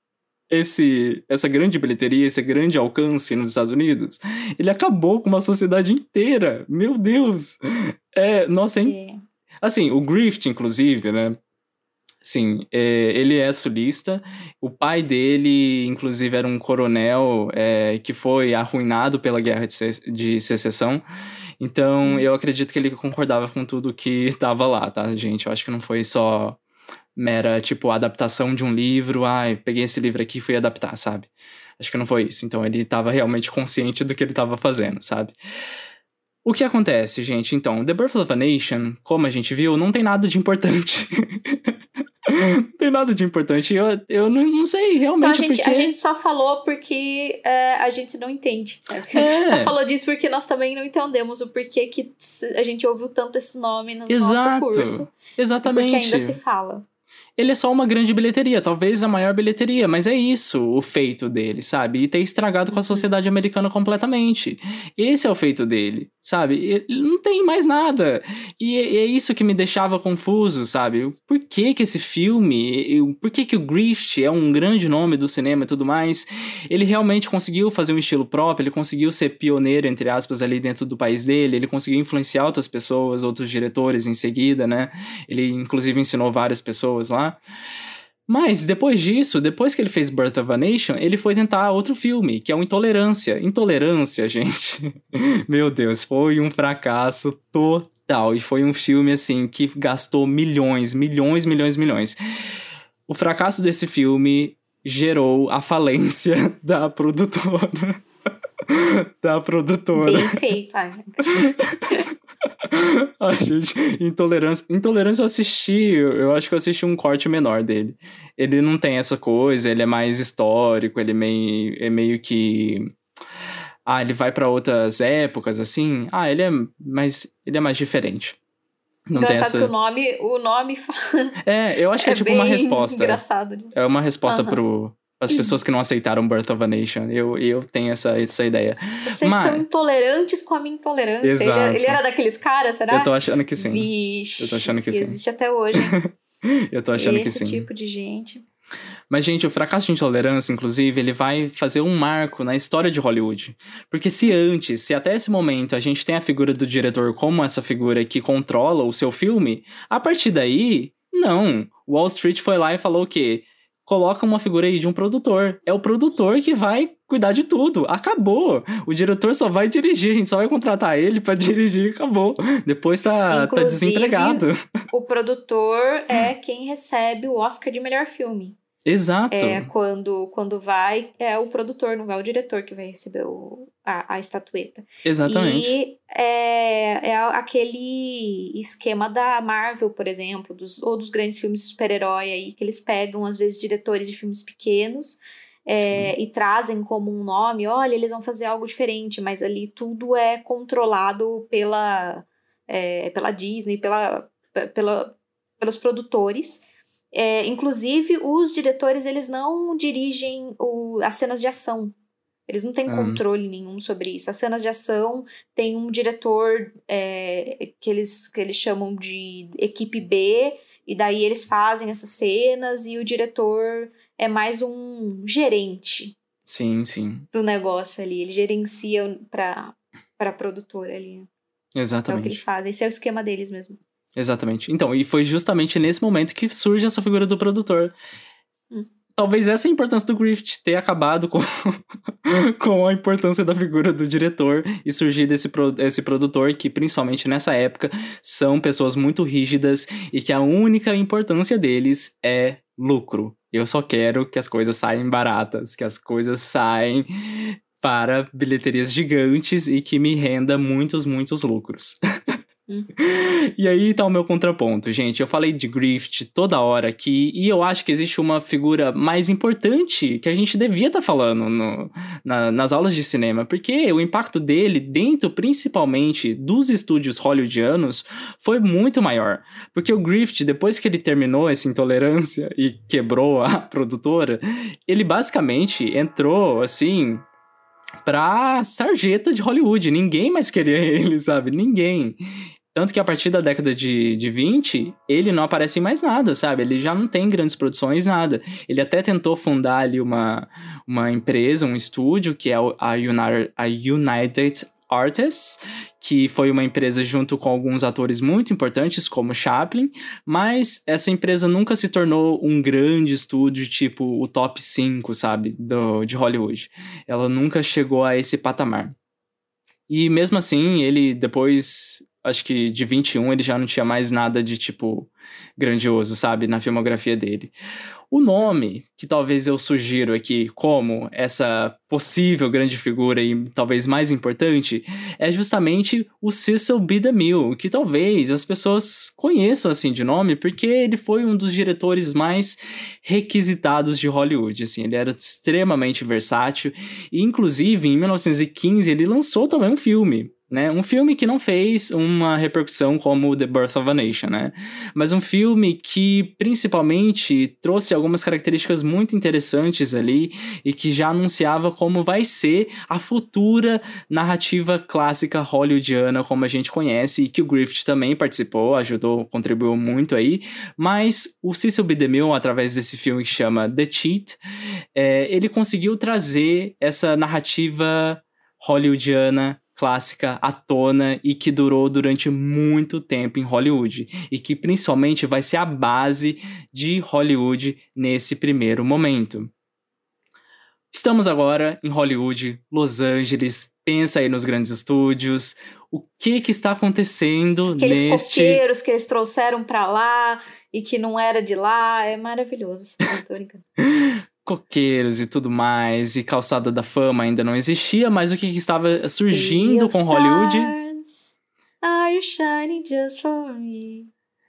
esse, essa grande bilheteria, esse grande alcance nos Estados Unidos? Ele acabou com uma sociedade inteira. Meu Deus! É, nossa, é É. assim, o Griffith, inclusive, né? Sim, é, ele é sulista. O pai dele, inclusive, era um coronel é, que foi arruinado pela Guerra de, Se- de Secessão. Então, eu acredito que ele concordava com tudo que estava lá, tá, gente? Eu acho que não foi só mera, tipo, adaptação de um livro. Ai, peguei esse livro aqui e fui adaptar, sabe? Acho que não foi isso. Então, ele estava realmente consciente do que ele estava fazendo, sabe? O que acontece, gente? Então, The Birth of a Nation, como a gente viu, não tem nada de importante. Não tem nada de importante. Eu, eu não, não sei Então realmente a gente, porque... a gente só falou porque é, a gente não entende. É. Só falou disso porque nós também não entendemos o porquê que a gente ouviu tanto esse nome no Exato. nosso curso. Exatamente. Porque ainda se fala. Ele é só uma grande bilheteria, talvez a maior bilheteria, mas é isso o feito dele, sabe? E ter estragado com a sociedade americana completamente. Esse é o feito dele, sabe? Ele não tem mais nada. E é é isso que me deixava confuso, sabe? Por que que esse filme, eu- por que que o Griffith é um grande nome do cinema e tudo mais, ele realmente conseguiu fazer um estilo próprio, ele conseguiu ser pioneiro, entre aspas, ali dentro do país dele, ele conseguiu influenciar outras pessoas, outros diretores em seguida, né? Ele, inclusive, ensinou várias pessoas lá. Mas, depois disso, depois que ele fez Birth of a Nation, ele foi tentar outro filme, que é o Intolerância. Intolerância, gente, meu Deus, foi um fracasso total. E foi um filme, assim, que gastou milhões, milhões, milhões, milhões. O fracasso desse filme gerou a falência da produtora. da produtora. Bem feito. Ai, Ai, gente, Intolerância. Intolerância eu assisti, eu, eu acho que eu assisti um corte menor dele. Ele não tem essa coisa, ele é mais histórico, ele é meio, é meio que... Ah, ele vai pra outras épocas, assim. Ah, ele é mais, ele é mais diferente. Não tem engraçado essa... que o nome, o nome fala. É, eu acho que é, É tipo bem uma resposta. engraçado. Né? É uma resposta Aham. pro... As pessoas que não aceitaram Birth of a Nation. Eu, eu tenho essa, essa ideia. Vocês Mas- são intolerantes com a minha intolerância. Ele, Exato. ele era daqueles caras, será? Eu tô achando que sim. Vixe, Eu tô achando que sim. existe até hoje. Eu tô achando Esse que sim. tipo de gente. Mas, gente, o fracasso de Intolerância, inclusive, ele vai fazer um marco na história de Hollywood. Porque se antes, se até esse momento a gente tem a figura do diretor como essa figura que controla o seu filme, a partir daí, não. Wall Street foi lá e falou o quê? Coloca uma figura aí de um produtor. É o produtor que vai cuidar de tudo. Acabou. O diretor só vai dirigir. A gente só vai contratar ele pra dirigir e acabou. Depois tá, tá desempregado. O produtor é quem recebe o Oscar de melhor filme. Exato. É, quando, quando vai, é o produtor, não é o diretor que vai receber o, a, a estatueta. Exatamente. E é, é aquele esquema da Marvel, por exemplo, dos, ou dos grandes filmes de super-herói aí, que eles pegam, às vezes, diretores de filmes pequenos é, e trazem como um nome, olha, eles vão fazer algo diferente, mas ali tudo é controlado pela, é, pela Disney, pela, pela, pelos produtores. É, inclusive, os diretores, eles não dirigem o, as cenas de ação. Eles não têm uhum. controle nenhum sobre isso. As cenas de ação tem um diretor é, que, eles, que eles chamam de equipe B, e daí eles fazem essas cenas, e o diretor é mais um gerente sim, sim. do negócio ali. Ele gerencia para a produtora ali. Exatamente. É o que eles fazem. Esse é o esquema deles mesmo. Exatamente. Então, e foi justamente nesse momento que surge essa figura do produtor. Hum. Talvez essa é a importância do Griffith, ter acabado com, com a importância da figura do diretor e surgir desse pro, esse produtor, que principalmente nessa época são pessoas muito rígidas e que a única importância deles é lucro. Eu só quero que as coisas saiam baratas, que as coisas saem para bilheterias gigantes e que me renda muitos, muitos lucros. Hum. E aí tá o meu contraponto, gente. Eu falei de Griffith toda hora aqui, e eu acho que existe uma figura mais importante que a gente devia estar tá falando no, na, nas aulas de cinema, porque o impacto dele dentro, principalmente, dos estúdios hollywoodianos foi muito maior. Porque o Griffith, depois que ele terminou essa Intolerância e quebrou a produtora, ele basicamente entrou, assim, pra sarjeta de Hollywood. Ninguém mais queria ele, sabe? Ninguém. Tanto que a partir da década de, de vinte, ele não aparece em mais nada, sabe? Ele já não tem grandes produções, nada. Ele até tentou fundar ali uma, uma empresa, um estúdio, que é a United, a United Artists, que foi uma empresa junto com alguns atores muito importantes, como Chaplin, mas essa empresa nunca se tornou um grande estúdio, tipo o top cinco, sabe, do, de Hollywood. Ela nunca chegou a esse patamar. E mesmo assim, ele depois, acho que de vinte e um, ele já não tinha mais nada de, tipo, grandioso, sabe, na filmografia dele. O nome que talvez eu sugiro aqui como essa possível grande figura e talvez mais importante é justamente o Cecil B. DeMille, que talvez as pessoas conheçam assim de nome porque ele foi um dos diretores mais requisitados de Hollywood, assim, ele era extremamente versátil e inclusive em mil novecentos e quinze ele lançou também um filme. Né? Um filme que não fez uma repercussão como The Birth of a Nation, né? Mas um filme que principalmente trouxe algumas características muito interessantes ali e que já anunciava como vai ser a futura narrativa clássica hollywoodiana como a gente conhece e que o Griffith também participou, ajudou, contribuiu muito aí, mas o Cecil B. DeMille, através desse filme que chama The Cheat, é, ele conseguiu trazer essa narrativa hollywoodiana clássica à tona e que durou durante muito tempo em Hollywood e que principalmente vai ser a base de Hollywood nesse primeiro momento. Estamos agora em Hollywood, Los Angeles, pensa aí nos grandes estúdios, o que que está acontecendo Aqueles neste... Aqueles coqueiros que eles trouxeram pra lá e que não era de lá, é maravilhoso, não tô brincando. Coqueiros e tudo mais, e Calçada da Fama ainda não existia, mas o que, que estava surgindo com Hollywood? Are you shining just for me?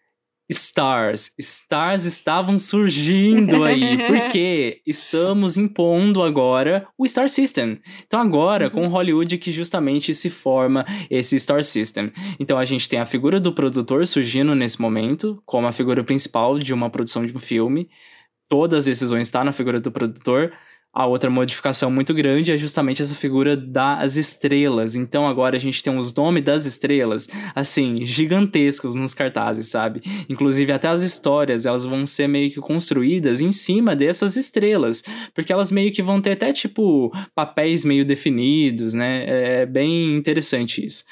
Stars. Stars estavam surgindo aí, porque estamos impondo agora o Star System. Então agora, uhum. com Hollywood que justamente se forma esse Star System. Então a gente tem a figura do produtor surgindo nesse momento, como a figura principal de uma produção de um filme. Todas as decisões estão na figura do produtor. A outra modificação muito grande é justamente essa figura das estrelas. Então agora a gente tem os nomes das estrelas, assim, gigantescos nos cartazes, sabe? Inclusive até as histórias, elas vão ser meio que construídas em cima dessas estrelas, porque elas meio que vão ter até, tipo, papéis meio definidos, né? É bem interessante isso.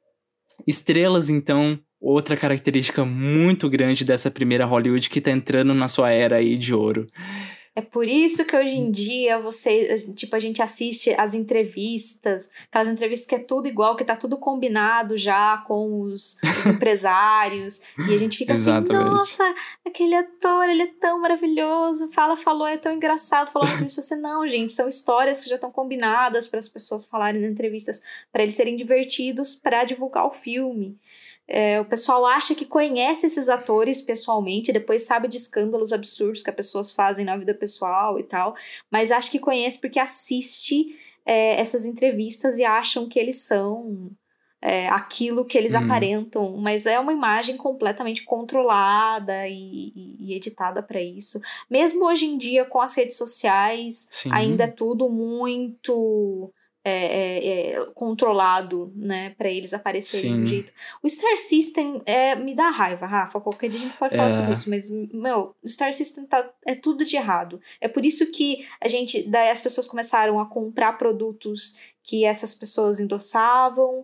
Estrelas, então, outra característica muito grande dessa primeira Hollywood que tá entrando na sua era aí de ouro. É por isso que hoje em dia você, tipo, a gente assiste as entrevistas, aquelas entrevistas que é tudo igual, que tá tudo combinado já com os, os empresários, e a gente fica assim, nossa, aquele ator, ele é tão maravilhoso, fala, falou, é tão engraçado, falando isso, você não, gente, são histórias que já estão combinadas para as pessoas falarem nas entrevistas, para eles serem divertidos, para divulgar o filme. É, o pessoal acha que conhece esses atores pessoalmente, depois sabe de escândalos absurdos que as pessoas fazem na vida pessoal e tal, mas acha que conhece porque assiste é, essas entrevistas e acham que eles são é, aquilo que eles hum. aparentam, mas é uma imagem completamente controlada e, e, e editada para isso. Mesmo hoje em dia, com as redes sociais, Sim. ainda é tudo muito... É, é, é, controlado, né, pra eles aparecerem de um jeito. O Star System é, me dá raiva, Rafa, qualquer dia a gente pode falar é. sobre isso, mas, meu, o Star System tá, é tudo de errado. É por isso que a gente, daí as pessoas começaram a comprar produtos que essas pessoas endossavam,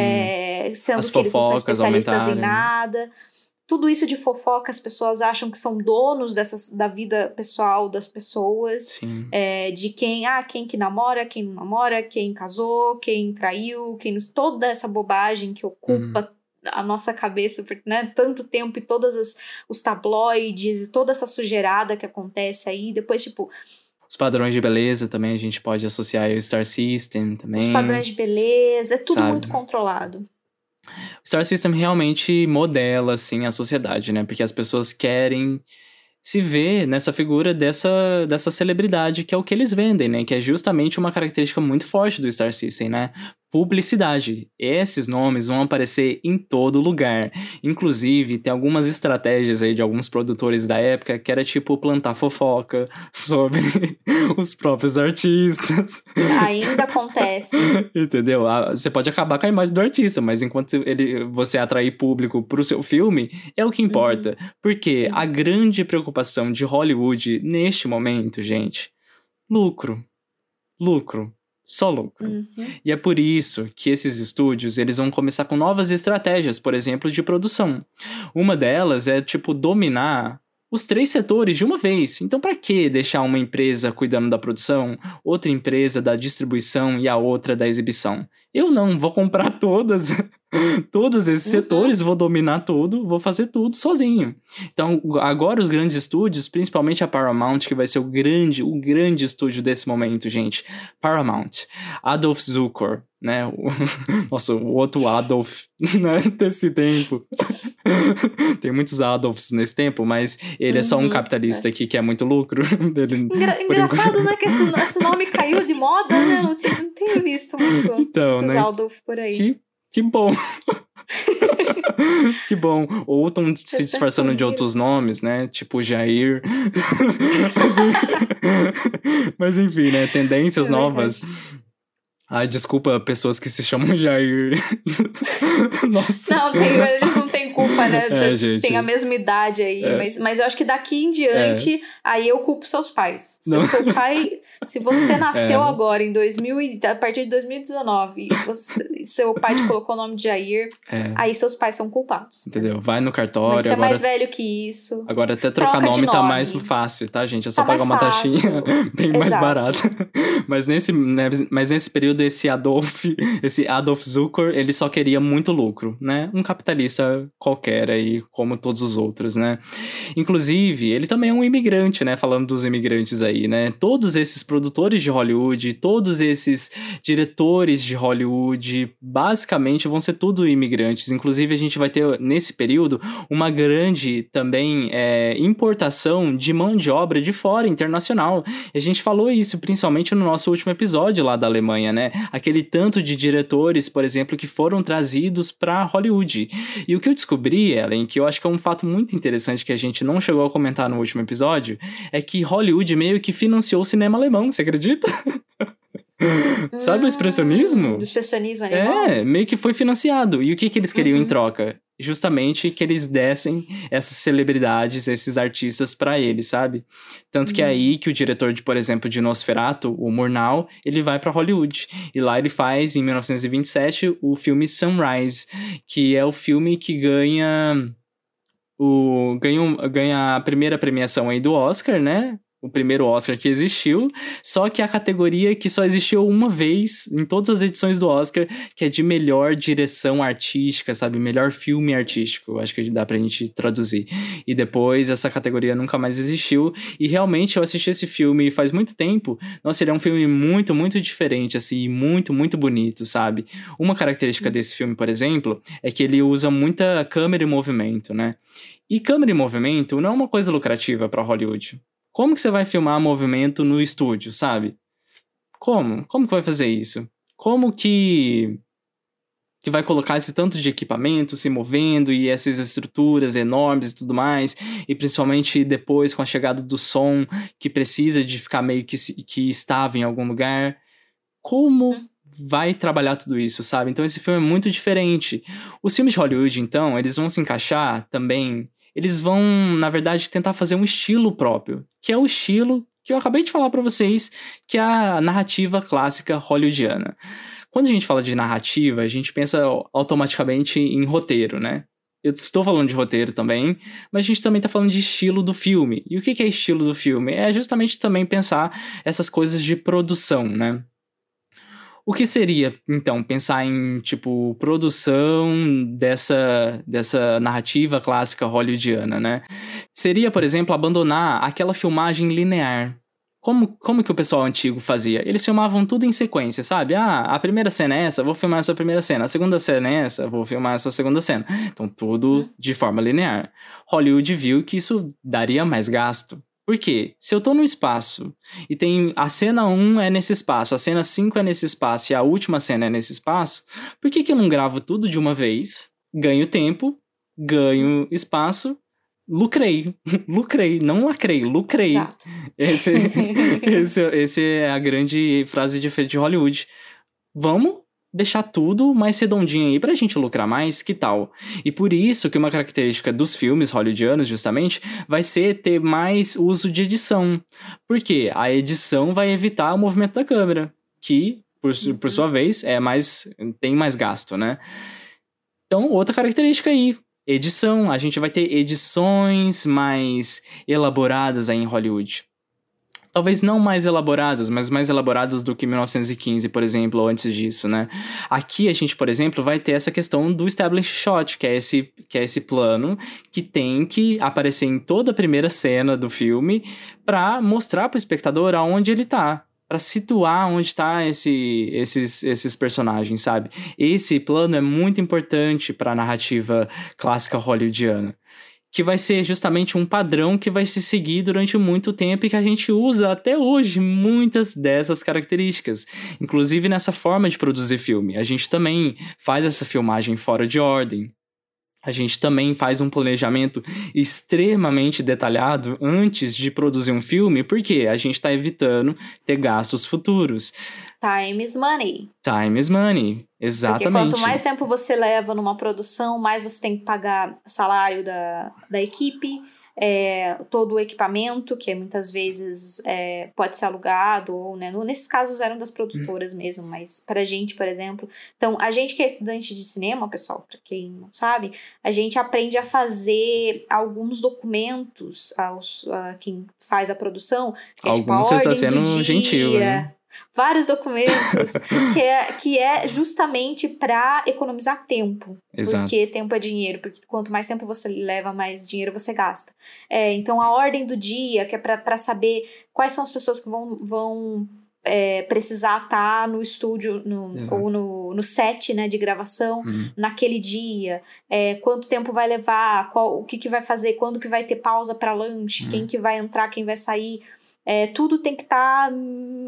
é, sendo as que eles não são especialistas aumentaram. em nada. Tudo isso de fofoca, as pessoas acham que são donos dessas, da vida pessoal das pessoas. É, de quem, ah, quem que namora, quem não namora, quem casou, quem traiu, quem... Toda essa bobagem que ocupa uhum. a nossa cabeça por né, tanto tempo e todos as, os tabloides e toda essa sujeirada que acontece aí. Depois, tipo... Os padrões de beleza também a gente pode associar ao Star System também. Os padrões de beleza, é tudo Sabe? muito controlado. O Star System realmente modela, assim, a sociedade, né? Porque as pessoas querem se ver nessa figura dessa, dessa celebridade, que é o que eles vendem, né? Que é justamente uma característica muito forte do Star System, né? Publicidade. Esses nomes vão aparecer em todo lugar. Inclusive, tem algumas estratégias aí de alguns produtores da época que era tipo plantar fofoca sobre os próprios artistas. Ainda acontece. Entendeu? Você pode acabar com a imagem do artista, mas enquanto ele, você atrair público pro seu filme, é o que importa. Uhum. Porque Sim. a grande preocupação de Hollywood neste momento, gente, lucro. Lucro. Só lucro. Uhum. E é por isso que esses estúdios, eles vão começar com novas estratégias, por exemplo, de produção. Uma delas é, tipo, dominar os três setores de uma vez. Então, para que deixar uma empresa cuidando da produção, outra empresa da distribuição e a outra da exibição? Eu não, vou comprar todas, todos esses uhum. setores, vou dominar tudo, vou fazer tudo sozinho. Então, agora os grandes estúdios, principalmente a Paramount, que vai ser o grande, o grande estúdio desse momento, gente. Paramount, Adolf Zukor, né? O, nossa, o outro Adolf, né? Desse tempo. Tem muitos Adolfs nesse tempo, mas ele uhum, é só um capitalista é. aqui que quer muito lucro. Ele, Engra- engraçado, né? Que esse, esse nome caiu de moda, né? Não, tinha, não tenho visto muito, então, muitos né? Adolf por aí. Que, que bom. Que bom. Ou estão se disfarçando de outros nomes, né? Tipo Jair. mas, enfim, mas enfim, né? Tendências é novas. Ai, desculpa pessoas que se chamam Jair. Nossa. Não, tem, eles não têm culpa, né? É, gente. Tem a mesma idade aí. É. Mas, mas eu acho que daqui em diante, é. aí eu culpo seus pais. Se não. o seu pai... Se você nasceu é. agora, em dois mil, a partir de dois mil e dezenove, e você, seu pai te colocou o nome de Jair, é. aí seus pais são culpados. Entendeu? Né? Vai no cartório. Mas você agora... é mais velho que isso. Agora até trocar nome, nome tá mais fácil, tá, gente? É só tá pagar uma fácil. taxinha bem Exato. mais barata. Mas nesse, né, mas nesse período, esse Adolf, esse Adolf Zukor, ele só queria muito lucro, né? Um capitalista qualquer aí, como todos os outros, né? Inclusive, ele também é um imigrante, né? Falando dos imigrantes aí, né? Todos esses produtores de Hollywood, todos esses diretores de Hollywood, basicamente vão ser tudo imigrantes. Inclusive, a gente vai ter, nesse período, uma grande também é, importação de mão de obra de fora, internacional. E a gente falou isso, principalmente no nosso último episódio lá da Alemanha, né? né? Aquele tanto de diretores, por exemplo, que foram trazidos para Hollywood. E o que eu descobri, Ellen, que eu acho que é um fato muito interessante que a gente não chegou a comentar no último episódio, é que Hollywood meio que financiou o cinema alemão, você acredita? Sabe o expressionismo? O expressionismo alemão? É, meio que foi financiado. E o que, que eles queriam Uhum. em troca? Justamente que eles dessem essas celebridades, esses artistas pra eles, sabe? Tanto que é aí que o diretor, de, por exemplo, de Nosferatu, o Murnau, ele vai pra Hollywood. E lá ele faz, em mil novecentos e vinte e sete, o filme Sunrise, que é o filme que ganha, o, ganha, um- ganha a primeira premiação aí do Oscar, né? O primeiro Oscar que existiu, só que a categoria que só existiu uma vez em todas as edições do Oscar, que é de melhor direção artística, sabe? Melhor filme artístico, eu acho que dá pra gente traduzir. E depois essa categoria nunca mais existiu, e realmente eu assisti esse filme faz muito tempo. Nossa, ele é um filme muito, muito diferente, assim, muito, muito bonito, sabe? Uma característica desse filme, por exemplo, é que ele usa muita câmera em movimento, né? E câmera em movimento não é uma coisa lucrativa pra Hollywood. Como que você vai filmar movimento no estúdio, sabe? Como? Como que vai fazer isso? Como que, que vai colocar esse tanto de equipamento se movendo e essas estruturas enormes e tudo mais? E principalmente depois com a chegada do som, que precisa de ficar meio que, se- que estável em algum lugar. Como vai trabalhar tudo isso, sabe? Então esse filme é muito diferente. Os filmes de Hollywood, então, eles vão se encaixar também... Eles vão, na verdade, tentar fazer um estilo próprio, que é o estilo que eu acabei de falar pra vocês, que é a narrativa clássica hollywoodiana. Quando a gente fala de narrativa, a gente pensa automaticamente em roteiro, né? Eu estou falando de roteiro também, mas a gente também está falando de estilo do filme. E o que é estilo do filme? É justamente também pensar essas coisas de produção, né? O que seria, então, pensar em, tipo, produção dessa, dessa narrativa clássica hollywoodiana, né? Seria, por exemplo, abandonar aquela filmagem linear. Como, como que o pessoal antigo fazia? Eles filmavam tudo em sequência, sabe? Ah, a primeira cena é essa, vou filmar essa primeira cena. A segunda cena é essa, vou filmar essa segunda cena. Então, tudo de forma linear. Hollywood viu que isso daria mais gasto. Por quê? Se eu tô no espaço e tem a cena um é nesse espaço, a cena cinco é nesse espaço e a última cena é nesse espaço, por que que eu não gravo tudo de uma vez? Ganho tempo, ganho espaço, lucrei. Lucrei, não lacrei, lucrei. Exato. Esse, esse, esse é a grande frase de efeito de Hollywood. Vamos deixar tudo mais redondinho aí pra gente lucrar mais, que tal? E por isso que uma característica dos filmes hollywoodianos, justamente, vai ser ter mais uso de edição. Por quê? A edição vai evitar o movimento da câmera, que, por, por sua vez, é mais, tem mais gasto, né? Então, outra característica aí, edição. A gente vai ter edições mais elaboradas aí em Hollywood. Talvez não mais elaboradas, mas mais elaboradas do que mil novecentos e quinze, por exemplo, ou antes disso, né? Aqui a gente, por exemplo, vai ter essa questão do establish shot, que é esse, que é esse plano que tem que aparecer em toda a primeira cena do filme para mostrar para o espectador aonde ele tá, para situar onde tá esse, esses, esses personagens, sabe? Esse plano é muito importante para a narrativa clássica hollywoodiana, que vai ser justamente um padrão que vai se seguir durante muito tempo e que a gente usa até hoje muitas dessas características. Inclusive nessa forma de produzir filme. A gente também faz essa filmagem fora de ordem. A gente também faz um planejamento extremamente detalhado antes de produzir um filme, porque a gente está evitando ter gastos futuros. Time is money. Time is money, exatamente. Porque quanto mais tempo você leva numa produção, mais você tem que pagar salário da, da equipe, é, todo o equipamento, que muitas vezes é, pode ser alugado, ou, né, nesses casos eram das produtoras hum. mesmo, mas pra gente, por exemplo. Então, a gente que é estudante de cinema, pessoal, pra quem não sabe, a gente aprende a fazer alguns documentos aos, a quem faz a produção, que é Alguns tipo a você ordem está sendo do dia, gentil, né? Vários documentos que, é, que é justamente para economizar tempo. Exato. Porque tempo é dinheiro, porque quanto mais tempo você leva, mais dinheiro você gasta. É, então, a ordem do dia, que é para saber quais são as pessoas que vão, vão é, precisar estar no estúdio no, ou no, no set, né, de gravação hum. naquele dia, é, quanto tempo vai levar, qual, o que, que vai fazer, quando que vai ter pausa para lanche, hum. quem que vai entrar, quem vai sair. É, tudo tem que estar... Tá,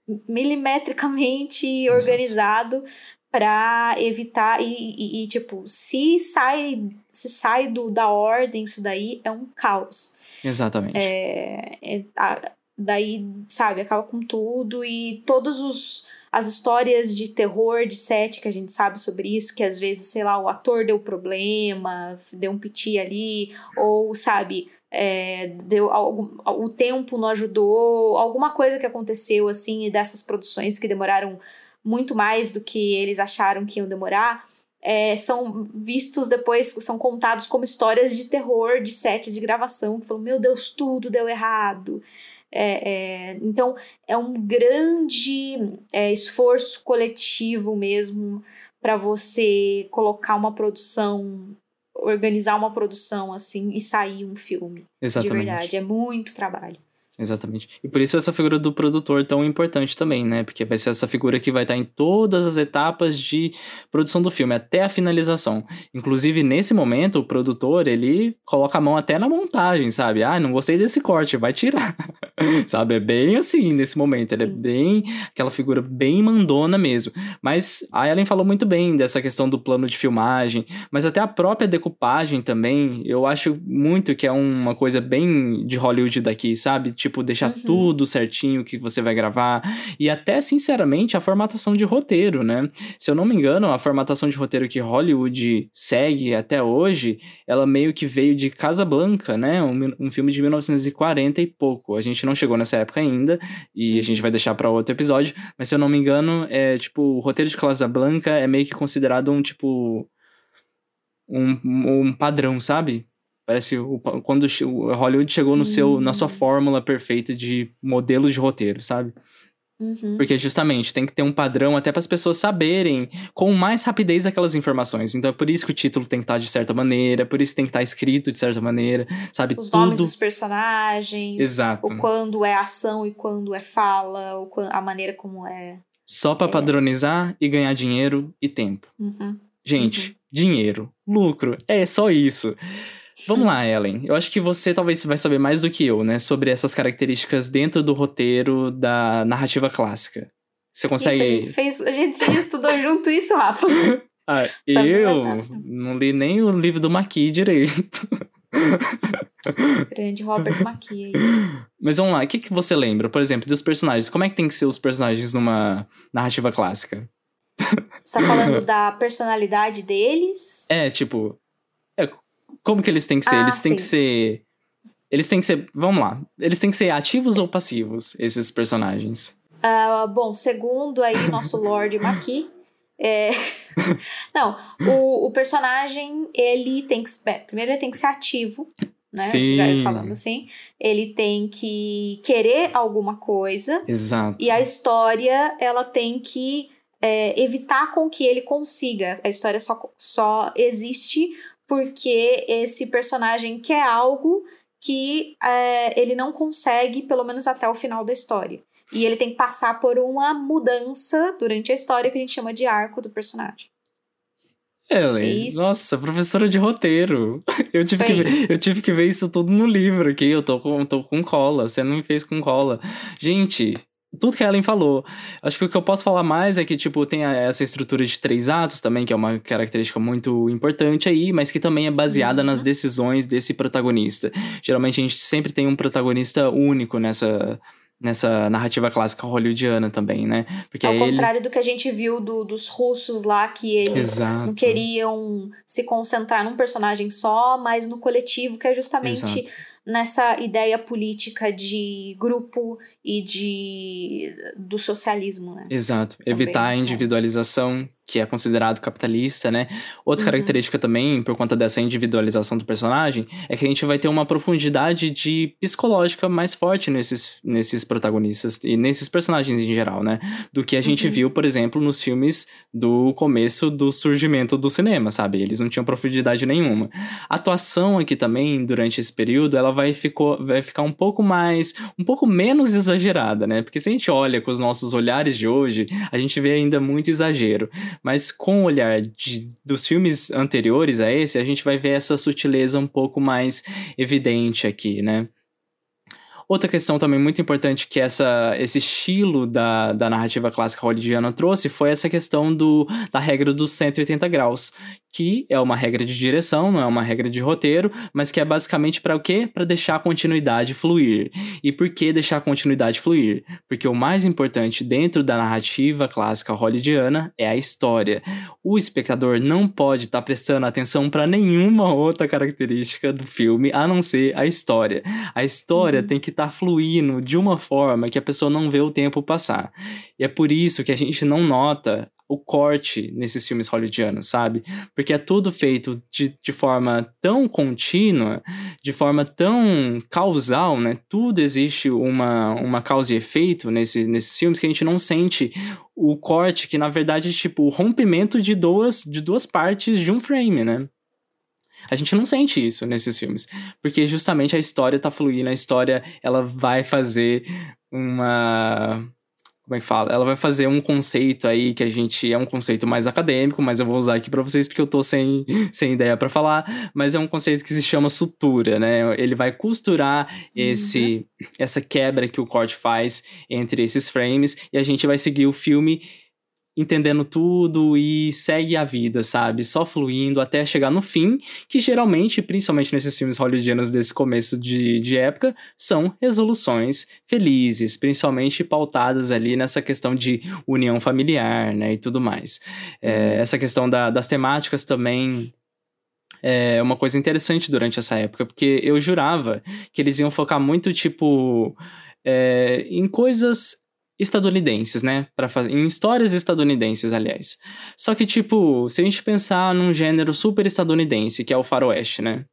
milimetricamente organizado para evitar e, e, e, tipo, se sai, se sai do, da ordem isso daí, é um caos. Exatamente. É, é, a, daí, sabe, acaba com tudo e todos os as histórias de terror de set que a gente sabe sobre isso, que às vezes, sei lá, o ator deu problema, deu um piti ali, ou, sabe, é, deu algum, o tempo não ajudou, alguma coisa que aconteceu, assim, dessas produções que demoraram muito mais do que eles acharam que iam demorar, é, são vistos depois, são contados como histórias de terror, de sets de gravação, que falam, meu Deus, tudo deu errado. É, é, então, é um grande é, esforço coletivo mesmo para você colocar uma produção, organizar uma produção assim e sair um filme. Exatamente. De verdade, é muito trabalho. Exatamente. E por isso essa figura do produtor tão importante também, né? Porque vai ser essa figura que vai estar em todas as etapas de produção do filme, até a finalização. Inclusive, nesse momento, o produtor, ele coloca a mão até na montagem, sabe? Ah, não gostei desse corte, vai tirar. Sabe? É bem assim, nesse momento. Ele Sim. é bem... aquela figura bem mandona mesmo. Mas a Ellen falou muito bem dessa questão do plano de filmagem, mas até a própria decupagem também, eu acho muito que é uma coisa bem de Hollywood daqui, sabe? Tipo, deixar uhum. tudo certinho que você vai gravar. E até, sinceramente, a formatação de roteiro, né? Se eu não me engano, a formatação de roteiro que Hollywood segue até hoje, ela meio que veio de Casablanca, né? Um, um filme de mil novecentos e quarenta e pouco. A gente não chegou nessa época ainda, e uhum. a gente vai deixar para outro episódio, mas se eu não me engano, é, tipo, o roteiro de Casablanca é meio que considerado um, tipo... Um, um padrão, sabe? Parece o, quando o Hollywood chegou no seu, uhum. na sua fórmula perfeita de modelo de roteiro, sabe? Uhum. Porque justamente tem que ter um padrão até para as pessoas saberem com mais rapidez aquelas informações. Então é por isso que o título tem que estar de certa maneira, por isso que tem que estar escrito de certa maneira, sabe? Os Tudo... nomes dos personagens, Exato. O quando é ação e quando é fala, o quando, a maneira como é... Só para é. padronizar e ganhar dinheiro e tempo. Uhum. Gente, uhum. dinheiro, lucro, é só isso. Vamos lá, Ellen. Eu acho que você talvez vai saber mais do que eu, né? Sobre essas características dentro do roteiro da narrativa clássica. Você consegue... Isso, a gente fez... A gente estudou junto isso, Rafa. Ah, eu não li nem o livro do Maqui direito. Grande Robert Maqui aí. Mas vamos lá, o que, que você lembra, por exemplo, dos personagens? Como é que tem que ser os personagens numa narrativa clássica? Você tá falando da personalidade deles? É, tipo... É, como que eles têm que ser? Ah, eles têm sim. que ser... Eles têm que ser... Vamos lá. Eles têm que ser ativos ou passivos, esses personagens? Uh, bom, segundo aí nosso Lord Maqui... É... Não, o, o personagem, ele tem que... Bem, primeiro ele tem que ser ativo, né? Sim. Já ia falando assim. Ele tem que querer alguma coisa. Exato. E a história, ela tem que é, evitar com que ele consiga. A história só, só existe porque esse personagem quer algo que é, ele não consegue, pelo menos até o final da história. E ele tem que passar por uma mudança durante a história que a gente chama de arco do personagem. Ellen, é nossa, professora de roteiro. Eu tive, que ver, eu tive que ver isso tudo no livro aqui. Eu tô com, tô com cola, você não me fez com cola. Gente... Tudo que a Ellen falou. Acho que o que eu posso falar mais é que, tipo, tem essa estrutura de três atos também, que é uma característica muito importante aí, mas que também é baseada uhum. nas decisões desse protagonista. Geralmente a gente sempre tem um protagonista único nessa, nessa narrativa clássica hollywoodiana também, né? Porque Ao ele... contrário do que a gente viu do, dos russos lá, que eles Exato. não queriam se concentrar num personagem só, mas no coletivo, que é justamente... Exato. Nessa ideia política de grupo e de do socialismo, né? Exato. Também, evitar a individualização, é. que é considerado capitalista, né? Outra uhum. característica também, por conta dessa individualização do personagem, é que a gente vai ter uma profundidade de psicológica mais forte nesses, nesses protagonistas e nesses personagens em geral, né? Do que a gente uhum. viu, por exemplo, nos filmes do começo do surgimento do cinema, sabe? Eles não tinham profundidade nenhuma. A atuação aqui também, durante esse período, ela vai, ficou, vai ficar um pouco mais, um pouco menos exagerada, né? Porque se a gente olha com os nossos olhares de hoje, a gente vê ainda muito exagero. Mas com o olhar de, dos filmes anteriores a esse, a gente vai ver essa sutileza um pouco mais evidente aqui, né? Outra questão também muito importante que essa, esse estilo da, da narrativa clássica hollywoodiana trouxe foi essa questão do, da regra dos cento e oitenta graus, que é uma regra de direção, não é uma regra de roteiro, mas que é basicamente para o quê? Para deixar a continuidade fluir. E por que deixar a continuidade fluir? Porque o mais importante dentro da narrativa clássica hollywoodiana é a história. O espectador não pode estar tá prestando atenção para nenhuma outra característica do filme, a não ser a história. A história uhum. tem que estar tá fluindo de uma forma que a pessoa não vê o tempo passar. E é por isso que a gente não nota o corte nesses filmes hollywoodianos, sabe? Porque é tudo feito de, de forma tão contínua, de forma tão causal, né? Tudo existe uma, uma causa e efeito nesse, nesses filmes que a gente não sente o corte, que na verdade é tipo o rompimento de duas, de duas partes de um frame, né? A gente não sente isso nesses filmes, porque justamente a história tá fluindo, a história ela vai fazer uma... Como é que fala? Ela vai fazer um conceito aí que a gente... É um conceito mais acadêmico, mas eu vou usar aqui pra vocês porque eu tô sem, sem ideia pra falar. Mas é um conceito que se chama sutura, né? Ele vai costurar esse, uhum. essa quebra que o corte faz entre esses frames e a gente vai seguir o filme entendendo tudo e segue a vida, sabe? Só fluindo até chegar no fim, que geralmente, principalmente nesses filmes hollywoodianos desse começo de, de época, são resoluções felizes, principalmente pautadas ali nessa questão de união familiar, né, e tudo mais. É, essa questão da, das temáticas também é uma coisa interessante durante essa época, porque eu jurava que eles iam focar muito, tipo, é, em coisas estadunidenses, né, para fazer em histórias estadunidenses, aliás. Só que, tipo, se a gente pensar num gênero super estadunidense, que é o faroeste, né,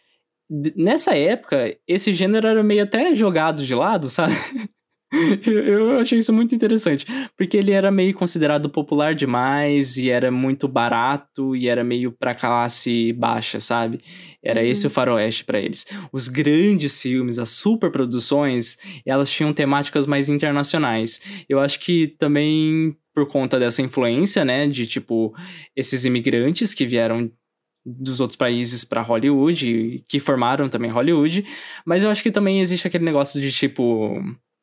D- nessa época, esse gênero era meio até jogado de lado, sabe? eu, eu achei isso muito interessante, porque ele era meio considerado popular demais, e era muito barato, e era meio pra classe baixa, sabe? Era uhum. esse o faroeste pra eles. Os grandes filmes, as superproduções, elas tinham temáticas mais internacionais. Eu acho que também por conta dessa influência, né, de tipo, esses imigrantes que vieram dos outros países pra Hollywood, e que formaram também Hollywood, mas eu acho que também existe aquele negócio de tipo...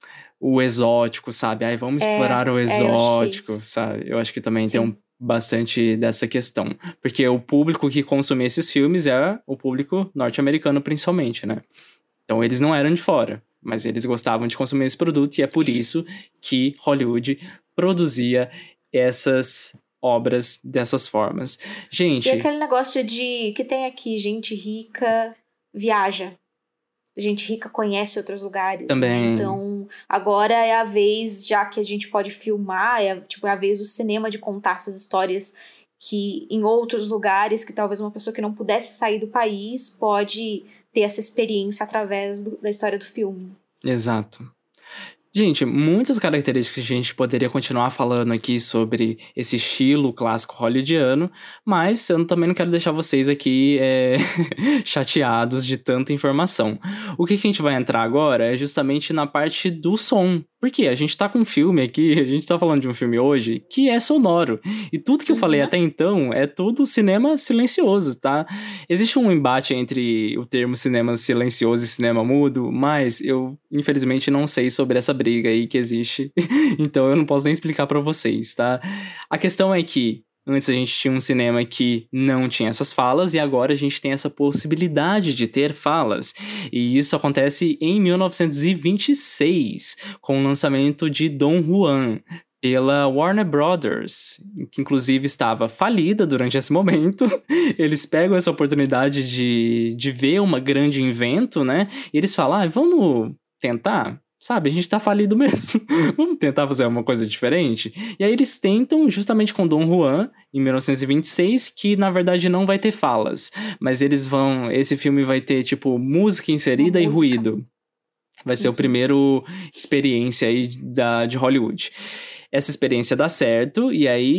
o exótico, sabe? Ai, vamos é, explorar o exótico, é, eu sabe? Eu acho que também Sim. tem um, bastante dessa questão. Porque o público que consumia esses filmes é o público norte-americano, principalmente, né? Então, eles não eram de fora, mas eles gostavam de consumir esse produto, e é por isso que Hollywood produzia essas obras dessas formas. Gente... E aquele negócio de... que tem aqui, gente rica viaja. Gente rica conhece outros lugares. Também. Né? Então, agora é a vez, já que a gente pode filmar, é, tipo, é a vez do cinema de contar essas histórias que em outros lugares, que talvez uma pessoa que não pudesse sair do país pode ter essa experiência através do, da história do filme. Exato. Gente, muitas características que a gente poderia continuar falando aqui sobre esse estilo clássico hollywoodiano, mas eu também não quero deixar vocês aqui é, chateados de tanta informação. O que, que a gente vai entrar agora é justamente na parte do som. Porque a gente tá com um filme aqui, a gente tá falando de um filme hoje que é sonoro. E tudo que eu falei até então é tudo cinema silencioso, tá? Existe um embate entre o termo cinema silencioso e cinema mudo, mas eu, infelizmente, não sei sobre essa briga aí que existe. Então eu não posso nem explicar pra vocês, tá? A questão é que antes a gente tinha um cinema que não tinha essas falas, e agora a gente tem essa possibilidade de ter falas. E isso acontece em mil novecentos e vinte e seis, com o lançamento de Dom Juan, pela Warner Brothers, que inclusive estava falida durante esse momento. Eles pegam essa oportunidade de, de ver uma grande invento, né? E eles falam, ah, vamos tentar... Sabe, a gente tá falido mesmo. Vamos tentar fazer uma coisa diferente? E aí eles tentam, justamente com Dom Juan, em mil novecentos e vinte e seis, que na verdade não vai ter falas. Mas eles vão... Esse filme vai ter, tipo, música inserida uma e música. Ruído. Vai ser uhum. o primeiro experiência aí da, de Hollywood. Essa experiência dá certo, e aí...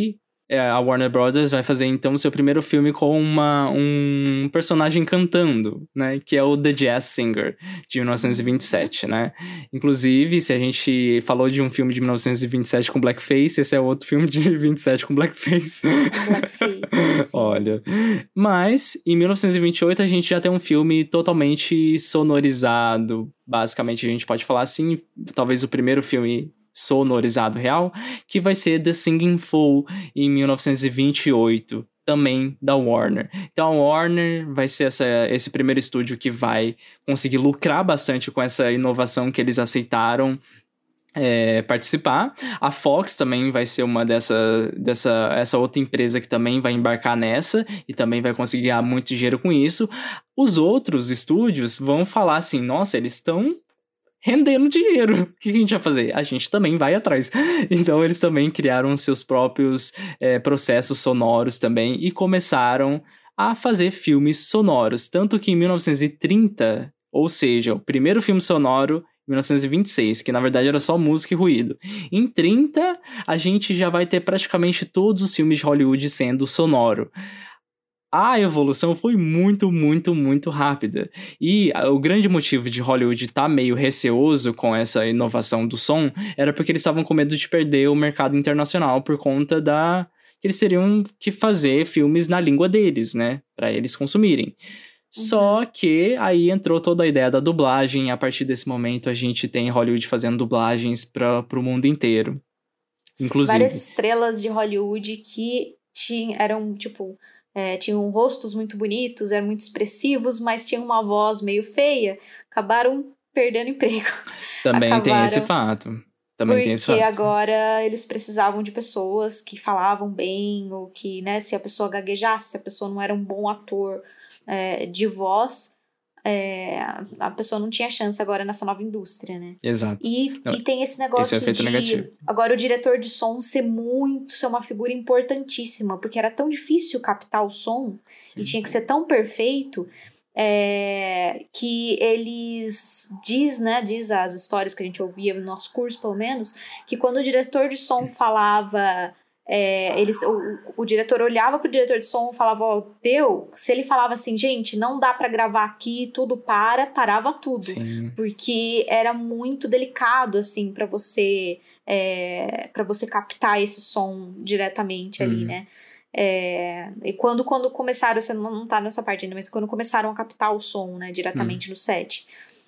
a Warner Brothers vai fazer, então, o seu primeiro filme com uma, um personagem cantando, né? Que é o The Jazz Singer, de mil novecentos e vinte e sete, né? Inclusive, se a gente falou de um filme de mil novecentos e vinte e sete com blackface, esse é outro filme de vinte e sete com blackface. Blackface, sim. Olha. Mas, em mil novecentos e vinte e oito, a gente já tem um filme totalmente sonorizado. Basicamente, a gente pode falar assim, talvez o primeiro filme sonorizado real, que vai ser The Singing Fool, em mil novecentos e vinte e oito, também da Warner. Então a Warner vai ser essa, esse primeiro estúdio que vai conseguir lucrar bastante com essa inovação que eles aceitaram é, participar. A Fox também vai ser uma dessa, dessa essa outra empresa que também vai embarcar nessa e também vai conseguir ganhar muito dinheiro com isso. Os outros estúdios vão falar assim, nossa, eles estão rendendo dinheiro. O que a gente vai fazer? A gente também vai atrás. Então, eles também criaram seus próprios é, processos sonoros também e começaram a fazer filmes sonoros. Tanto que em mil novecentos e trinta, ou seja, o primeiro filme sonoro, mil novecentos e vinte e seis, que na verdade era só música e ruído. Em trinta, a gente já vai ter praticamente todos os filmes de Hollywood sendo sonoro. A evolução foi muito, muito, muito rápida. E o grande motivo de Hollywood estar meio receoso com essa inovação do som era porque eles estavam com medo de perder o mercado internacional por conta da... que eles teriam que fazer filmes na língua deles, né? Para eles consumirem. Uhum. Só que aí entrou toda a ideia da dublagem. E a partir desse momento a gente tem Hollywood fazendo dublagens para o mundo inteiro. Inclusive... várias estrelas de Hollywood que tinham, eram, tipo... É, tinham rostos muito bonitos, eram muito expressivos, mas tinham uma voz meio feia, acabaram perdendo emprego. Também acabaram, tem esse fato. Também tem esse fato. Porque agora eles precisavam de pessoas que falavam bem, ou que, né, se a pessoa gaguejasse, se a pessoa não era um bom ator é, de voz, é, a pessoa não tinha chance agora nessa nova indústria, né? Exato. E, não, e tem esse negócio esse é de... negativo. Agora o diretor de som ser muito... ser uma figura importantíssima, porque era tão difícil captar o som, sim, e tinha que ser tão perfeito, é, que eles... Diz, né? Diz as histórias que a gente ouvia no nosso curso, pelo menos, que quando o diretor de som falava... É, eles, o, o diretor olhava pro diretor de som e falava, ó, deu. Se ele falava assim, gente, não dá pra gravar aqui, tudo para, parava tudo. Sim. Porque era muito delicado, assim, pra você é, para você captar esse som diretamente ali, hum. né? É, e quando, quando começaram, você não, não tá nessa parte ainda, mas quando começaram a captar o som, né, diretamente hum. no set.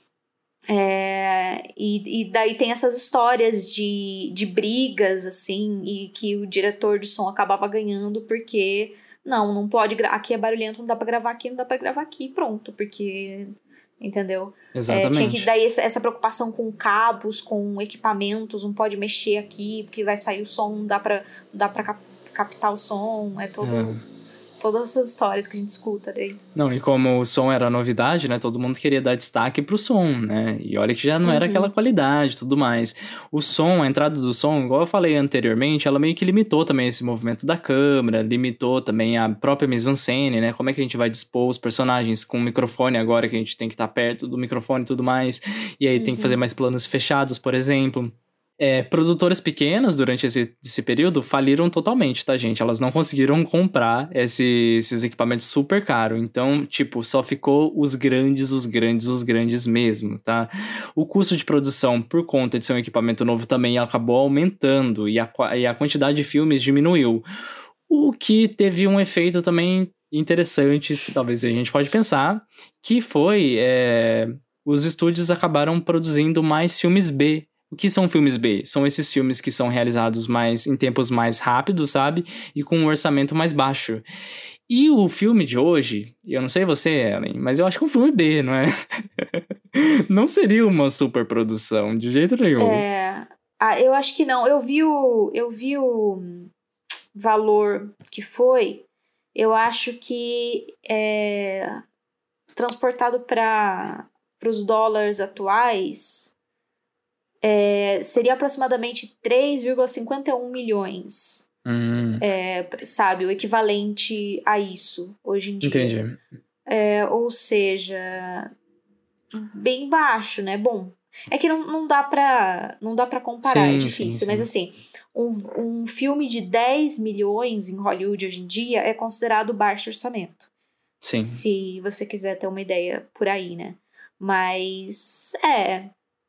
É, e, e daí tem essas histórias de, de brigas, assim, e que o diretor de som acabava ganhando porque, não, não pode, gra- aqui é barulhento, não dá pra gravar aqui, não dá pra gravar aqui, pronto, porque, entendeu? Exatamente. É, tinha que, daí essa, essa preocupação com cabos, com equipamentos, não pode mexer aqui, porque vai sair o som, não dá pra, não dá pra cap- captar o som, é todo... É. Todas essas histórias que a gente escuta daí. Não, e como o som era novidade, né? Todo mundo queria dar destaque pro som, né? E olha que já não uhum. era aquela qualidade e tudo mais. O som, a entrada do som, igual eu falei anteriormente, ela meio que limitou também esse movimento da câmera, limitou também a própria mise-en-scène, né? Como é que a gente vai dispor os personagens com o microfone agora, que a gente tem que estar perto do microfone e tudo mais. E aí uhum. tem que fazer mais planos fechados, por exemplo. É, produtoras pequenas durante esse, esse período faliram totalmente, tá, gente? Elas não conseguiram comprar esse, esses equipamentos super caros. Então, tipo, só ficou os grandes, os grandes, os grandes mesmo, tá? O custo de produção, por conta de ser um equipamento novo, também acabou aumentando e a, e a quantidade de filmes diminuiu. O que teve um efeito também interessante, que talvez a gente pode pensar, que foi... É, os estúdios acabaram produzindo mais filmes B. O que são filmes B? São esses filmes que são realizados mais, em tempos mais rápidos, sabe? E com um orçamento mais baixo. E o filme de hoje, eu não sei você, Ellen, mas eu acho que é um filme B, não é? Não seria uma superprodução, de jeito nenhum. É, ah, eu acho que não. Eu vi o, eu vi o valor que foi, eu acho que é, transportado para os dólares atuais... É, seria aproximadamente três vírgula cinquenta e um milhões, hum. é, sabe, o equivalente a isso, hoje em dia. Entendi. É, ou seja, bem baixo, né? Bom, É que não, não dá pra, não dá pra comparar, Sim, é difícil. sim, sim. Mas assim, um, um filme de dez milhões em Hollywood hoje em dia é considerado baixo orçamento. Sim. Se você quiser ter uma ideia por aí, né? Mas, é...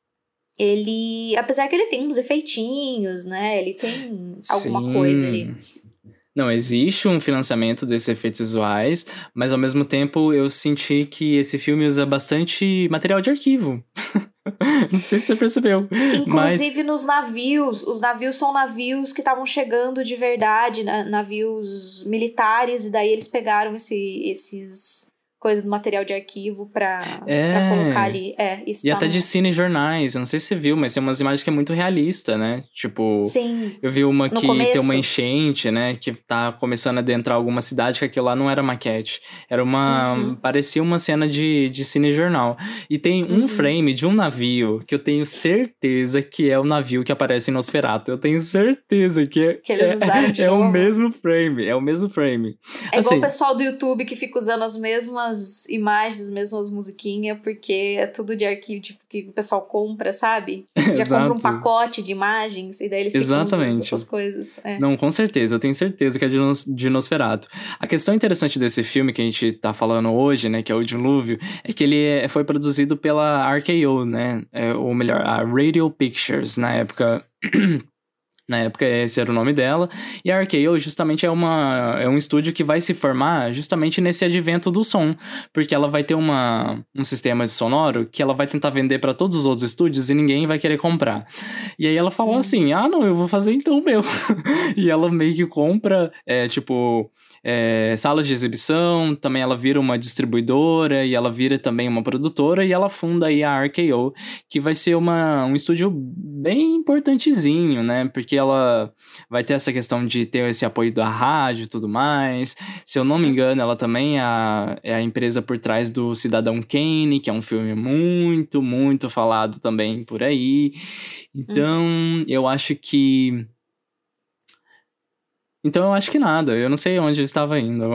Ele... Apesar que ele tem uns efeitinhos, né? Ele tem alguma Sim. coisa ali. Não, existe um financiamento desses efeitos visuais, mas ao mesmo tempo eu senti que esse filme usa bastante material de arquivo. Não sei se você percebeu. Inclusive mas... nos navios. Os navios são navios que estavam chegando de verdade, na- navios militares, e daí eles pegaram esse, esses coisas do material de arquivo pra, É. pra colocar ali. É, isso E tá até no... de cinejornais, eu não sei se você viu, mas tem umas imagens que é muito realista, né? Tipo, Sim. eu vi uma No que começo. tem uma enchente, né? Que tá começando a adentrar alguma cidade, que aquilo lá não era maquete. Era uma... Uhum. Parecia uma cena de, de cinejornal. E tem um Uhum. frame de um navio que eu tenho certeza que é o navio que aparece em Nosferatu. Eu tenho certeza que é... Que eles é, usaram de é o novo. mesmo frame, é o mesmo frame. É igual Assim, o pessoal do YouTube que fica usando as mesmas imagens, as mesmas musiquinhas, porque é tudo de arquivo, tipo, que o pessoal compra, sabe? Já Exato. compra um pacote de imagens e daí eles ficam usando Exatamente. essas coisas. É. Não, com certeza, eu tenho certeza que é de, Nos, de Nosferatu. A questão interessante desse filme que a gente tá falando hoje, né, que é o Dilúvio, é que ele é, foi produzido pela R K O, né, é, ou melhor, a Radio Pictures, na época... Na época, esse era o nome dela. E a R K O justamente é, uma, é um estúdio que vai se formar justamente nesse advento do som. Porque ela vai ter uma, um sistema sonoro que ela vai tentar vender para todos os outros estúdios e ninguém vai querer comprar. E aí ela falou assim, ah, não, eu vou fazer então o meu. E ela meio que compra, é, tipo... É, salas de exibição, também ela vira uma distribuidora e ela vira também uma produtora e ela funda aí a R K O, que vai ser uma, um estúdio bem importantezinho, né, porque ela vai ter essa questão de ter esse apoio da rádio e tudo mais. Se eu não me engano, ela também é a, é a empresa por trás do Cidadão Kane, que é um filme muito, muito falado também por aí. Então, hum. eu acho que... Então eu acho que nada, eu não sei onde eu estava indo.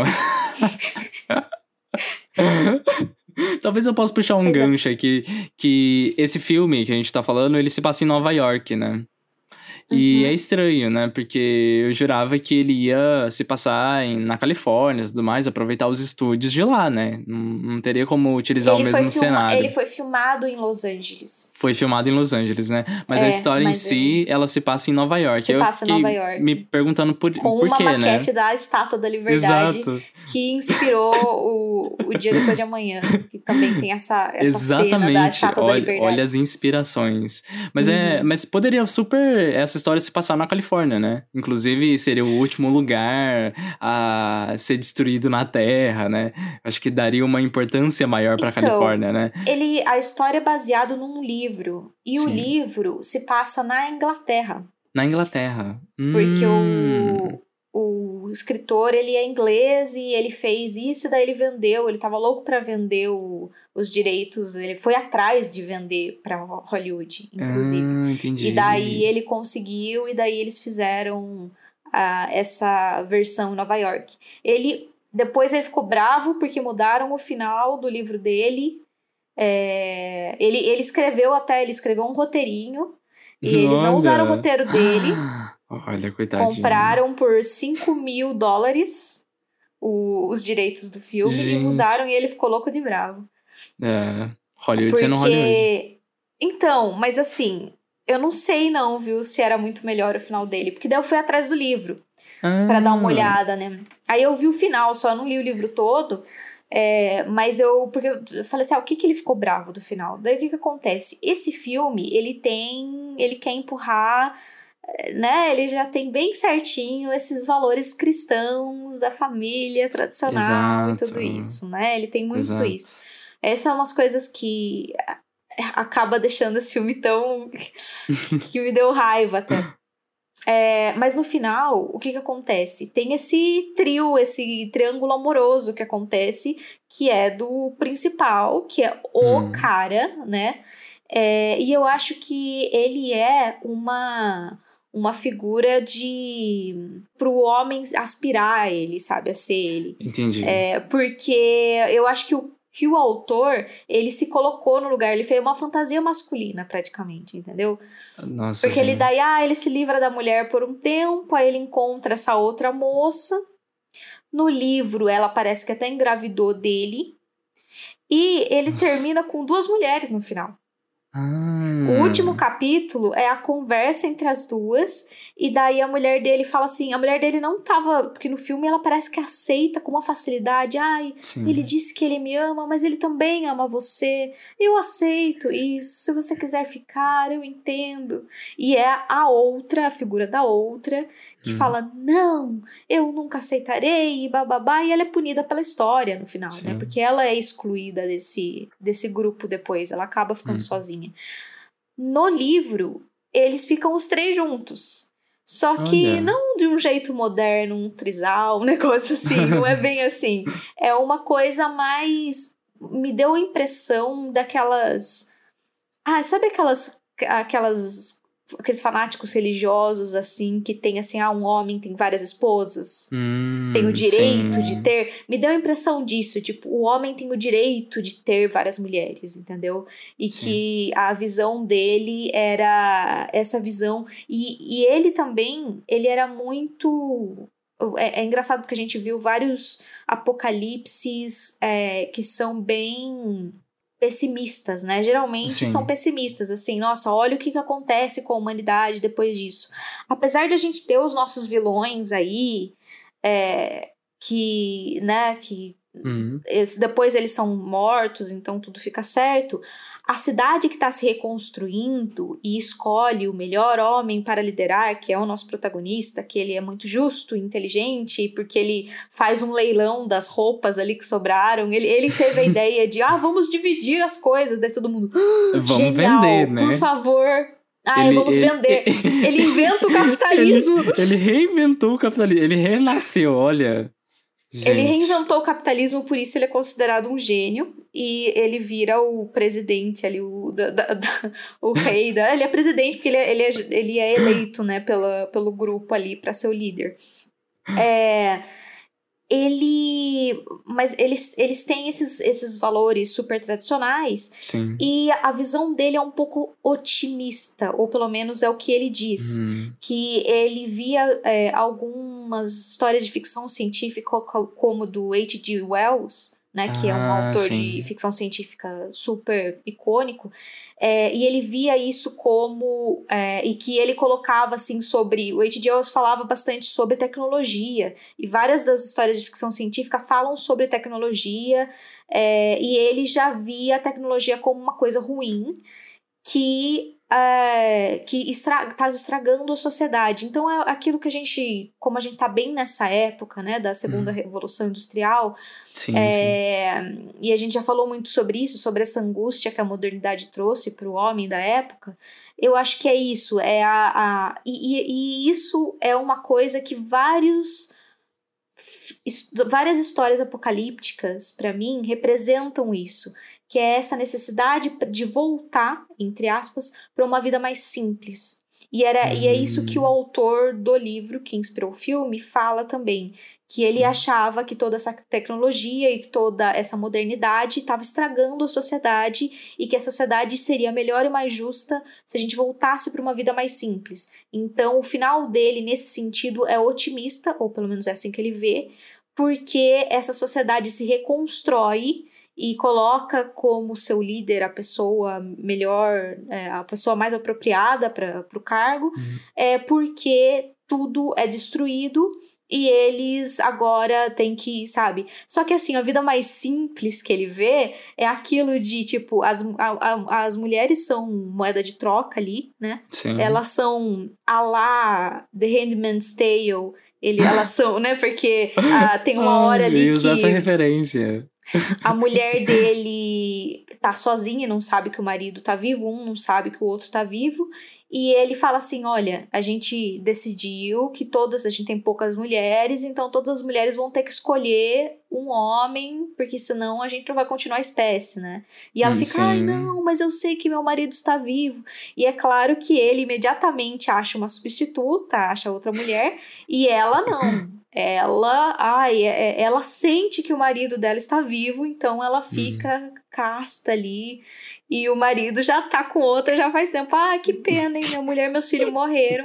Talvez eu possa puxar um Pois é. gancho aqui, que esse filme que a gente tá falando, ele se passa em Nova York, né? E Uhum. é estranho, né? Porque eu jurava que ele ia se passar em, na Califórnia e tudo mais, aproveitar os estúdios de lá, né? Não, não teria como utilizar Ele o foi mesmo filma- cenário. Ele foi filmado em Los Angeles. Foi filmado em Los Angeles, né? Mas É, a história mas em si, ela se passa em Nova York. Se eu passa em fiquei Nova York. me perguntando por, Com por uma quê, né? maquete da Estátua da Liberdade, Exato. que inspirou o, o Dia Depois de Amanhã. Que também tem essa, essa cena da Exatamente, Estátua da olha, Liberdade. olha as inspirações. Mas, Uhum. é, mas poderia super essa história se passar na Califórnia, né? Inclusive, seria o último lugar a ser destruído na Terra, né? Acho que daria uma importância maior pra Então, Califórnia, né? Ele, a história é baseada num livro. E o Sim. livro se passa na Inglaterra. Na Inglaterra. Porque Hum, o, o escritor, ele é inglês e ele fez isso e daí ele vendeu. Ele tava louco pra vender o, os direitos. Ele foi atrás de vender pra Hollywood, inclusive. Ah, entendi. E daí ele conseguiu, e daí eles fizeram ah, essa versão em Nova York. Ele, depois ele ficou bravo porque mudaram o final do livro dele. É, ele, ele escreveu até, ele escreveu um roteirinho, e eles não Olha. usaram o roteiro dele, Olha, coitadinho. compraram por cinco mil dólares o- os direitos do filme e Gente. mudaram, e ele ficou louco de bravo. É, Hollywood sendo Hollywood. Porque... Então, mas assim, eu não sei não, viu, se era muito melhor o final dele. Porque daí eu fui atrás do livro Ah, pra dar uma olhada, né? Aí eu vi o final, só não li o livro todo. É, mas eu... Porque eu falei assim, ah, o que que ele ficou bravo do final? Daí o que que acontece? Esse filme, ele tem... Ele quer empurrar... Né? Ele já tem bem certinho esses valores cristãos da família tradicional Exato. e tudo isso, né? Ele tem muito Exato. isso. Essas são umas coisas que acaba deixando esse filme tão... que me deu raiva até. É, mas no final, o que que acontece? Tem esse trio, esse triângulo amoroso que acontece, que é do principal, que é o Hum. cara, né? É, e eu acho que ele é uma... uma figura de... pro homem aspirar a ele, sabe? A ser ele. Entendi. É, porque eu acho que o, que o autor, ele se colocou no lugar, ele fez uma fantasia masculina, praticamente, entendeu? Nossa, Porque sim. ele daí, ah, ele se livra da mulher por um tempo, aí ele encontra essa outra moça. No livro, ela parece que até engravidou dele. E ele Nossa. termina com duas mulheres no final. Ah. O último capítulo é a conversa entre as duas, e daí a mulher dele fala assim, a mulher dele não tava, porque no filme ela parece que aceita com uma facilidade, ai, Sim. ele disse que ele me ama, mas ele também ama você, eu aceito isso, se você quiser ficar, eu entendo. E é a outra, a figura da outra, que Hum. fala, não, eu nunca aceitarei, e bababá, e ela é punida pela história no final, Sim. né, porque ela é excluída desse, desse grupo depois, ela acaba ficando Hum. sozinha. No livro, eles ficam os três juntos. Só que Olha. não de um jeito moderno, um trisal, um negócio assim. Não é bem assim. É uma coisa mais... Me deu a impressão daquelas... Ah, sabe aquelas... aquelas aqueles fanáticos religiosos, assim, que tem, assim, ah, um homem tem várias esposas, Hum, tem o direito sim. de ter... Me deu a impressão disso, tipo, o homem tem o direito de ter várias mulheres, entendeu? E Sim. que a visão dele era essa visão... E, e ele também, ele era muito... É, é engraçado porque a gente viu vários apocalipses é, que são bem... pessimistas, né? Geralmente Sim. são pessimistas, assim, nossa, olha o que, que acontece com a humanidade depois disso. Apesar de a gente ter os nossos vilões aí, é, que, né, que Hum. esse, depois eles são mortos, então tudo fica certo. A cidade que está se reconstruindo e escolhe o melhor homem para liderar, que é o nosso protagonista, que ele é muito justo e inteligente, porque ele faz um leilão das roupas ali que sobraram. Ele, ele teve a ideia de, ah, vamos dividir as coisas, daí todo mundo, Vamos genial, vender, né? por favor. Ah, Ele- vamos ele- vender. Ele inventa o capitalismo. Ele, ele reinventou o capitalismo. Ele renasceu, olha. Ele Gente. reinventou o capitalismo, por isso ele é considerado um gênio. E ele vira o presidente ali, o, da, da- da- o rei da... Ele é presidente porque ele é, ele é, ele é eleito, né, pela, pelo grupo ali para ser o líder. É... Ele... Mas eles, eles têm esses, esses valores super tradicionais. Sim. E a visão dele é um pouco otimista, ou pelo menos é o que ele diz. Hum. Que ele via é, algumas histórias de ficção científica, co- como do H G Wells, né, que é um Ah, autor sim. de ficção científica super icônico, é, e ele via isso como... É, e que ele colocava, assim, sobre... O H G Wells falava bastante sobre tecnologia, e várias das histórias de ficção científica falam sobre tecnologia, é, e ele já via a tecnologia como uma coisa ruim, que... É, que estra- tá estragando a sociedade. Então é aquilo que a gente, como a gente tá bem nessa época, né, da segunda Hum. revolução industrial, Sim, sim. é, e a gente já falou muito sobre isso, sobre essa angústia que a modernidade trouxe para o homem da época. Eu acho que é isso, é a, a e, e- e isso é uma coisa que vários his- várias histórias apocalípticas, para mim, representam isso, que é essa necessidade de voltar, entre aspas, para uma vida mais simples. E, era, e é isso que o autor do livro, que inspirou o filme, fala também, que ele achava que toda essa tecnologia e toda essa modernidade estava estragando a sociedade e que a sociedade seria melhor e mais justa se a gente voltasse para uma vida mais simples. Então, o final dele, nesse sentido, é otimista, ou pelo menos é assim que ele vê, porque essa sociedade se reconstrói e coloca como seu líder a pessoa melhor, é, a pessoa mais apropriada para o cargo, Uhum. é porque tudo é destruído e eles agora têm que, sabe? Só que assim, a vida mais simples que ele vê é aquilo de, tipo, as, a, a, as mulheres são moeda de troca ali, né? Sim. Elas são a lá The Handmaid's Tale, ele, elas são, né? Porque ah, tem uma hora ali e usar que... essa referência. A mulher dele tá sozinha e não sabe que o marido tá vivo, um não sabe que o outro tá vivo, E ele fala assim, olha, a gente decidiu que todas, a gente tem poucas mulheres, então todas as mulheres vão ter que escolher um homem, porque senão a gente não vai continuar a espécie, né? E ela Hum, fica, sim. ai não, mas eu sei que meu marido está vivo. E é claro que ele imediatamente acha uma substituta, acha outra mulher, e ela não. Ela, ai, é- ela sente que o marido dela está vivo, então ela fica casta ali, e o marido já tá com outra já faz tempo. Ah, que pena, hein? Minha mulher e meus filhos morreram,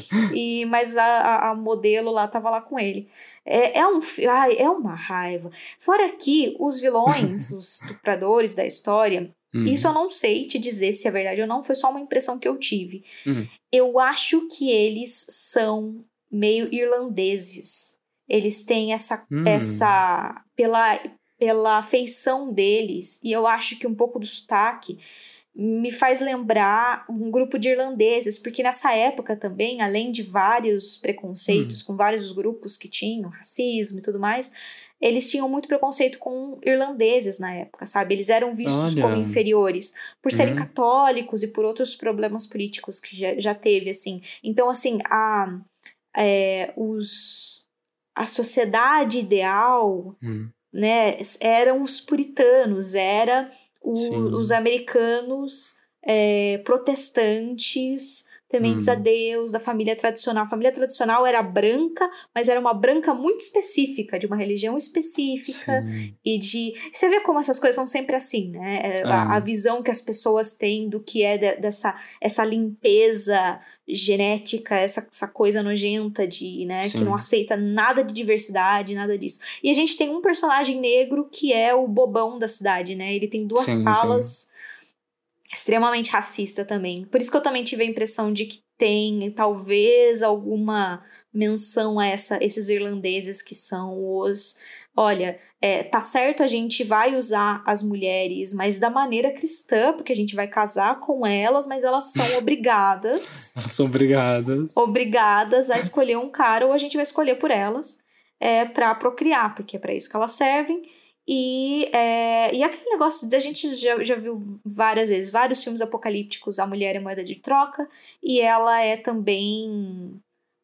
e, mas a, a, a modelo lá tava lá com ele. É, é, um, fi- ai, é uma raiva. Fora que os vilões, os estupradores da história, Hum. isso eu não sei te dizer se é verdade ou não, foi só uma impressão que eu tive. Hum. Eu acho que eles são meio irlandeses. Eles têm essa, Hum. essa pela, pela feição deles, e eu acho que um pouco do sotaque me faz lembrar um grupo de irlandeses, porque nessa época também, além de vários preconceitos, com vários grupos que tinham, racismo e tudo mais, eles tinham muito preconceito com irlandeses na época, sabe? Eles eram vistos Olha. como inferiores, por serem Uhum. católicos e por outros problemas políticos que já, já teve, assim. Então, assim, a, é, os, a sociedade ideal, Hum. né, eram os puritanos, era o- Sim. os americanos é, protestantes, tementes Hum. a Deus, da família tradicional. A família tradicional era branca, mas era uma branca muito específica, de uma religião específica, Sim. e de... Você vê como essas coisas são sempre assim, né? É, É. A, a visão que as pessoas têm do que é de- dessa essa limpeza genética, essa, essa coisa nojenta de, né, que Sim. não aceita nada de diversidade, nada disso. E a gente tem um personagem negro que é o bobão da cidade, né? Ele tem duas Sim, falas extremamente racista também. Por isso que eu também tive a impressão de que tem talvez alguma menção a essa, esses irlandeses que são os... Olha, é, tá certo, a gente vai usar as mulheres, mas da maneira cristã, porque a gente vai casar com elas, mas elas são obrigadas, Elas são obrigadas. obrigadas a escolher um cara, ou a gente vai escolher por elas, é, pra procriar, porque é pra isso que elas servem. E, é, e aquele negócio, a gente já, já viu várias vezes, vários filmes apocalípticos, a mulher é moeda de troca, e ela é também...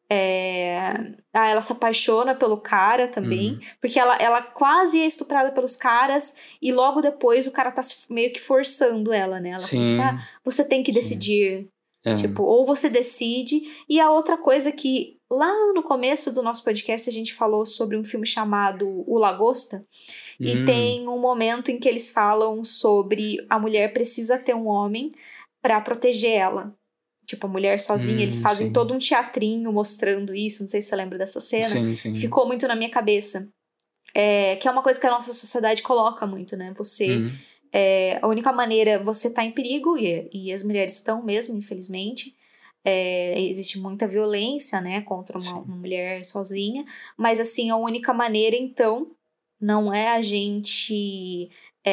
É, ah, ela se apaixona pelo cara também, Uhum. porque ela, ela quase é estuprada pelos caras, e logo depois o cara tá se- meio que forçando ela, né? Ela fala assim, Sim. ah, você tem que Sim. decidir, É. tipo, ou você decide. E a outra coisa que lá no começo do nosso podcast a gente falou sobre um filme chamado O Lagosta, e Hum. tem um momento em que eles falam sobre a mulher precisa ter um homem pra proteger ela. Tipo, a mulher sozinha, Hum, eles fazem sim. todo um teatrinho mostrando isso, não sei se você lembra dessa cena. Sim, sim. Ficou muito na minha cabeça. É, que é uma coisa que a nossa sociedade coloca muito, né? Você, Hum. é, a única maneira, você tá em perigo, e, e as mulheres estão mesmo, infelizmente. É, existe muita violência, né, contra uma, Sim. uma mulher sozinha. Mas, assim, a única maneira, então, não é a gente...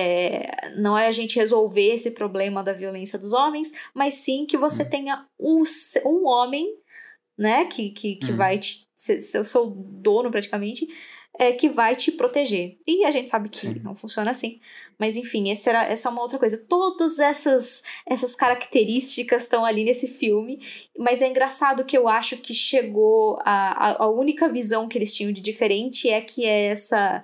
É, não é a gente resolver esse problema da violência dos homens, mas sim que você Hum. tenha um, um homem, né, que, que, que Hum. vai te... Eu sou o dono, praticamente, é, que vai te proteger. E a gente sabe que Sim. não funciona assim. Mas, enfim, esse era, essa é uma outra coisa. Todas essas, essas características estão ali nesse filme, mas é engraçado que eu acho que chegou... A, a, a única visão que eles tinham de diferente é que é essa...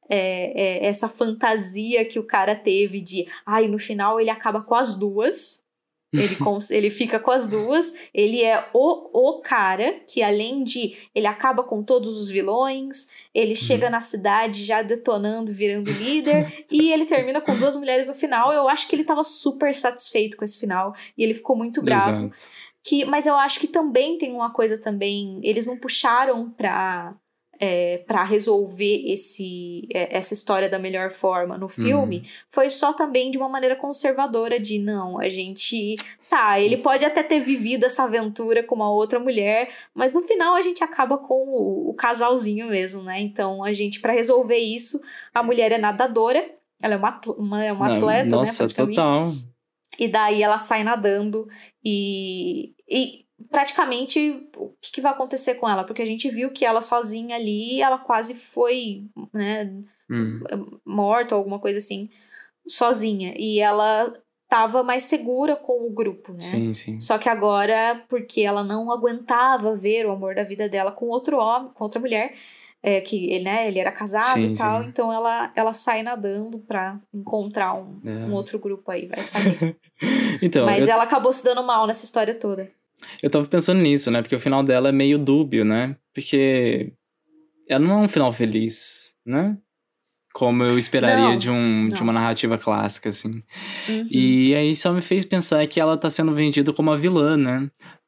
É, é essa fantasia que o cara teve de, ai, no final ele acaba com as duas, ele, cons- ele fica com as duas, ele é o, o cara que, além de, ele acaba com todos os vilões, ele chega na cidade já detonando, virando líder, e ele termina com duas mulheres no final. Eu acho que ele tava super satisfeito com esse final, e ele ficou muito bravo. Exato. Que, mas eu acho que também tem uma coisa também, eles não puxaram pra... É, para resolver esse, é, essa história da melhor forma no filme, Uhum. foi só também de uma maneira conservadora de, não, a gente... Tá, ele pode até ter vivido essa aventura com uma outra mulher, mas no final a gente acaba com o, o casalzinho mesmo, né? Então, a gente, para resolver isso, a mulher é nadadora, ela é uma, atl- uma, uma Não, atleta, nossa, né, praticamente. total. E daí ela sai nadando e... e praticamente, o que, que vai acontecer com ela? Porque a gente viu que ela sozinha ali, ela quase foi, né, Hum. morta ou alguma coisa assim, sozinha. E ela tava mais segura com o grupo, né? Sim, sim. Só que agora, porque ela não aguentava ver o amor da vida dela com outro homem, com outra mulher, é, que ele, né, ele era casado Sim, e tal, sim. então ela, ela sai nadando pra encontrar um, É. um outro grupo aí, vai saber. Então, Mas eu, ela acabou se dando mal nessa história toda. eu tava pensando nisso, né? Porque o final dela é meio dúbio, né? Porque ela não é um final feliz, né? Como eu esperaria Não, de, um, de não. uma narrativa clássica, assim. Uhum. E aí só me fez pensar que ela tá sendo vendida como a vilã, né?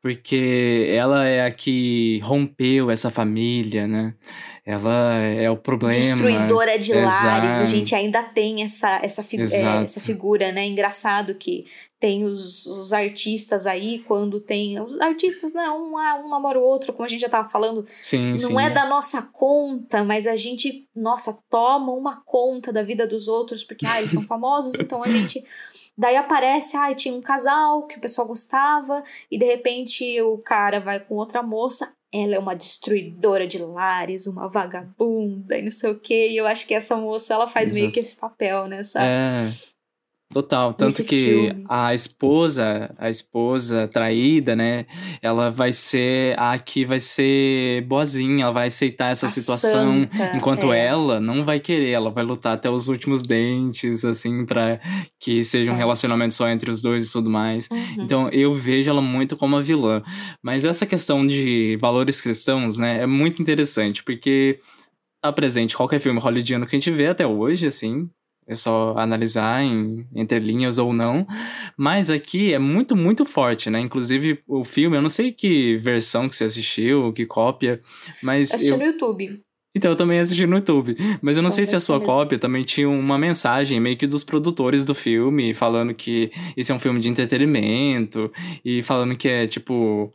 Porque ela é a que rompeu essa família, né? Ela é o problema. Destruidora de lares, a Exato. gente ainda tem essa, essa, fi- é, Exato. essa figura, né? Engraçado que tem os, os artistas aí, quando tem... Os artistas, né? Um, ah, um namora o outro, como a gente já tava falando. Sim, Não sim. é da nossa conta, mas a gente, nossa, toma uma conta da vida dos outros, porque, ah, eles são famosos, então a gente... Daí aparece, ah, tinha um casal que o pessoal gostava, e de repente o cara vai com outra moça, ela é uma destruidora de lares, uma vagabunda e não sei o quê, e eu acho que essa moça, ela faz meio Exato. que esse papel nessa... É, total. Tanto Nesse que filme. a esposa, a esposa traída, né? Ela vai ser a que vai ser boazinha, ela vai aceitar essa A situação, santa, enquanto é. ela não vai querer, ela vai lutar até os últimos dentes, assim, pra que seja um É. relacionamento só entre os dois e tudo mais. Uhum. Então, eu vejo ela muito como a vilã. Mas essa questão de valores cristãos, né, é muito interessante, porque tá presente em qualquer filme hollywoodiano que a gente vê até hoje, assim. É só analisar em entre linhas ou não. Mas aqui é muito, muito forte, né? Inclusive, o filme, eu não sei que versão que você assistiu, que cópia, mas Assisti eu... no YouTube. Então, eu também assisti no YouTube. Mas eu não Então, sei se a deve ser sua mesmo. cópia também tinha uma mensagem meio que dos produtores do filme, falando que esse é um filme de entretenimento, e falando que é, tipo,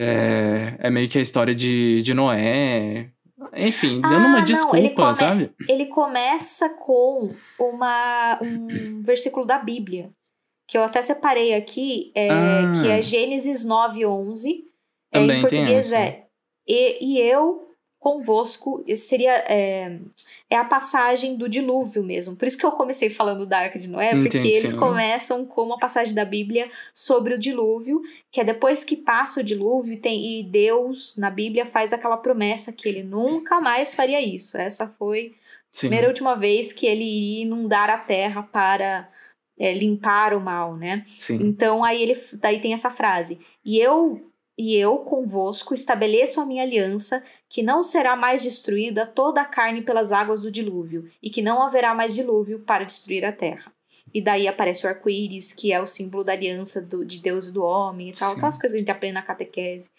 é, é meio que a história de, de Noé. Enfim, dando Ah, uma não, desculpa, ele come- sabe? Ele começa com uma, um versículo da Bíblia, que eu até separei aqui, é, Ah. que é Gênesis nove, onze. É, Também em tem português essa. é e, e eu convosco, esse seria é, é a passagem do dilúvio mesmo. Por isso que eu comecei falando da Arca de Noé, porque Entendi, eles sim. começam com uma passagem da Bíblia sobre o dilúvio, que é depois que passa o dilúvio tem, e Deus, na Bíblia, faz aquela promessa que ele nunca mais faria isso. Essa foi Sim. a primeira e última vez que ele iria inundar a terra para é, limpar o mal, né? Sim. Então, aí ele daí tem essa frase. E eu, e eu convosco estabeleço a minha aliança, que não será mais destruída toda a carne pelas águas do dilúvio, e que não haverá mais dilúvio para destruir a terra. E daí aparece o arco-íris, que é o símbolo da aliança do, de Deus e do homem e tal. Sim. Aquelas coisas que a gente aprende na catequese.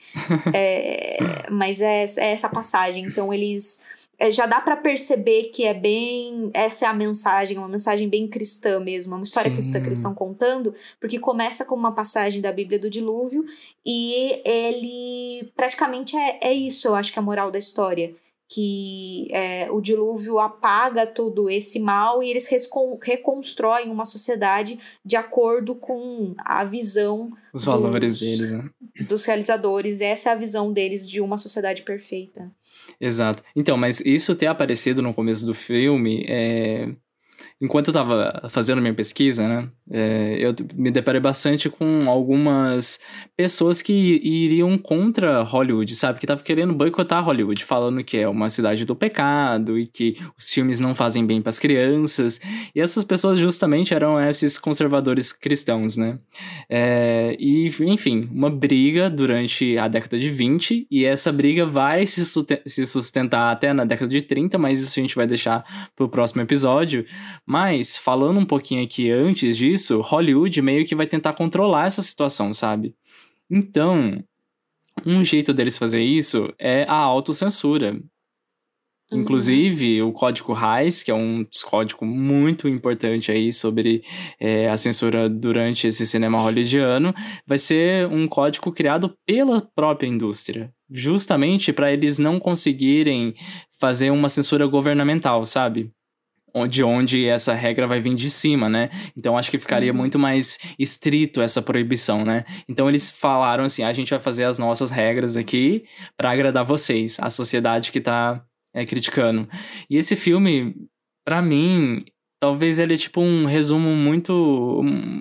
É, mas é, é essa passagem. Então, eles... é, já dá pra perceber que é bem... Essa é a mensagem, uma mensagem bem cristã mesmo. Uma história Sim. cristã que eles estão contando. Porque começa com uma passagem da Bíblia do dilúvio. E ele... Praticamente é, é isso, eu acho que é a moral da história. Que é, o dilúvio apaga todo esse mal e eles rescon- reconstroem uma sociedade de acordo com a visão Os valores dos- deles, né? dos realizadores. Essa é a visão deles de uma sociedade perfeita. Exato. Então, mas isso ter aparecido no começo do filme, é... enquanto eu tava fazendo minha pesquisa, né, é, eu me deparei bastante com algumas pessoas que iriam contra Hollywood, sabe? Que estavam querendo boicotar Hollywood, falando que é uma cidade do pecado e que os filmes não fazem bem para as crianças. E essas pessoas justamente eram esses conservadores cristãos, né? É, e, enfim, uma briga durante a década de vinte, e essa briga vai se sustenta- se sustentar até na década de trinta, mas isso a gente vai deixar pro próximo episódio. Mas, falando um pouquinho aqui antes disso, Hollywood meio que vai tentar controlar essa situação, sabe? Então, um jeito deles fazer isso é a autocensura. Uhum. Inclusive, o Código Hays, que é um código muito importante aí sobre é, a censura durante esse cinema hollywoodiano, vai ser um código criado pela própria indústria, justamente para eles não conseguirem fazer uma censura governamental, sabe? De onde essa regra vai vir de cima, né? Então, acho que ficaria Uhum. muito mais estrito essa proibição, né? Então, eles falaram assim, a gente vai fazer as nossas regras aqui para agradar vocês, a sociedade que tá é, criticando. E esse filme, pra mim, talvez ele é tipo um resumo muito um,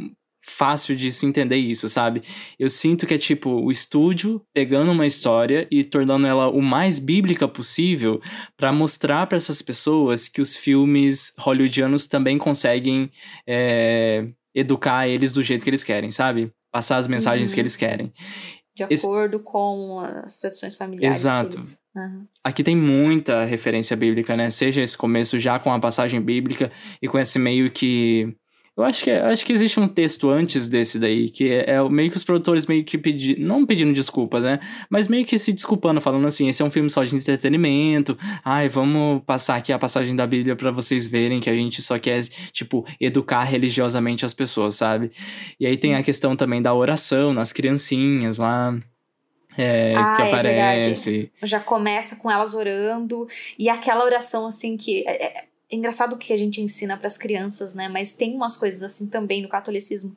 fácil de se entender isso, sabe? Eu sinto que é tipo o estúdio pegando uma história e tornando ela o mais bíblica possível pra mostrar pra essas pessoas que os filmes hollywoodianos também conseguem é, educar eles do jeito que eles querem, sabe? Passar as mensagens uhum. que eles querem. De acordo Esse... com as tradições familiares. Exato. Eles... Uhum. Aqui tem muita referência bíblica, né? Seja esse começo já com a passagem bíblica e com esse meio que... Eu acho que, acho que existe um texto antes desse daí, que é, é meio que os produtores meio que pedindo, não pedindo desculpas, né? Mas meio que se desculpando, falando assim, esse é um filme só de entretenimento, ai, vamos passar aqui a passagem da Bíblia pra vocês verem que a gente só quer, tipo, educar religiosamente as pessoas, sabe? E aí tem a questão também da oração nas criancinhas lá... É, ah, que aparece. É verdade. Já começa com elas orando, e aquela oração, assim, que... É, é, É engraçado o que a gente ensina para as crianças, né? Mas tem umas coisas assim também no catolicismo.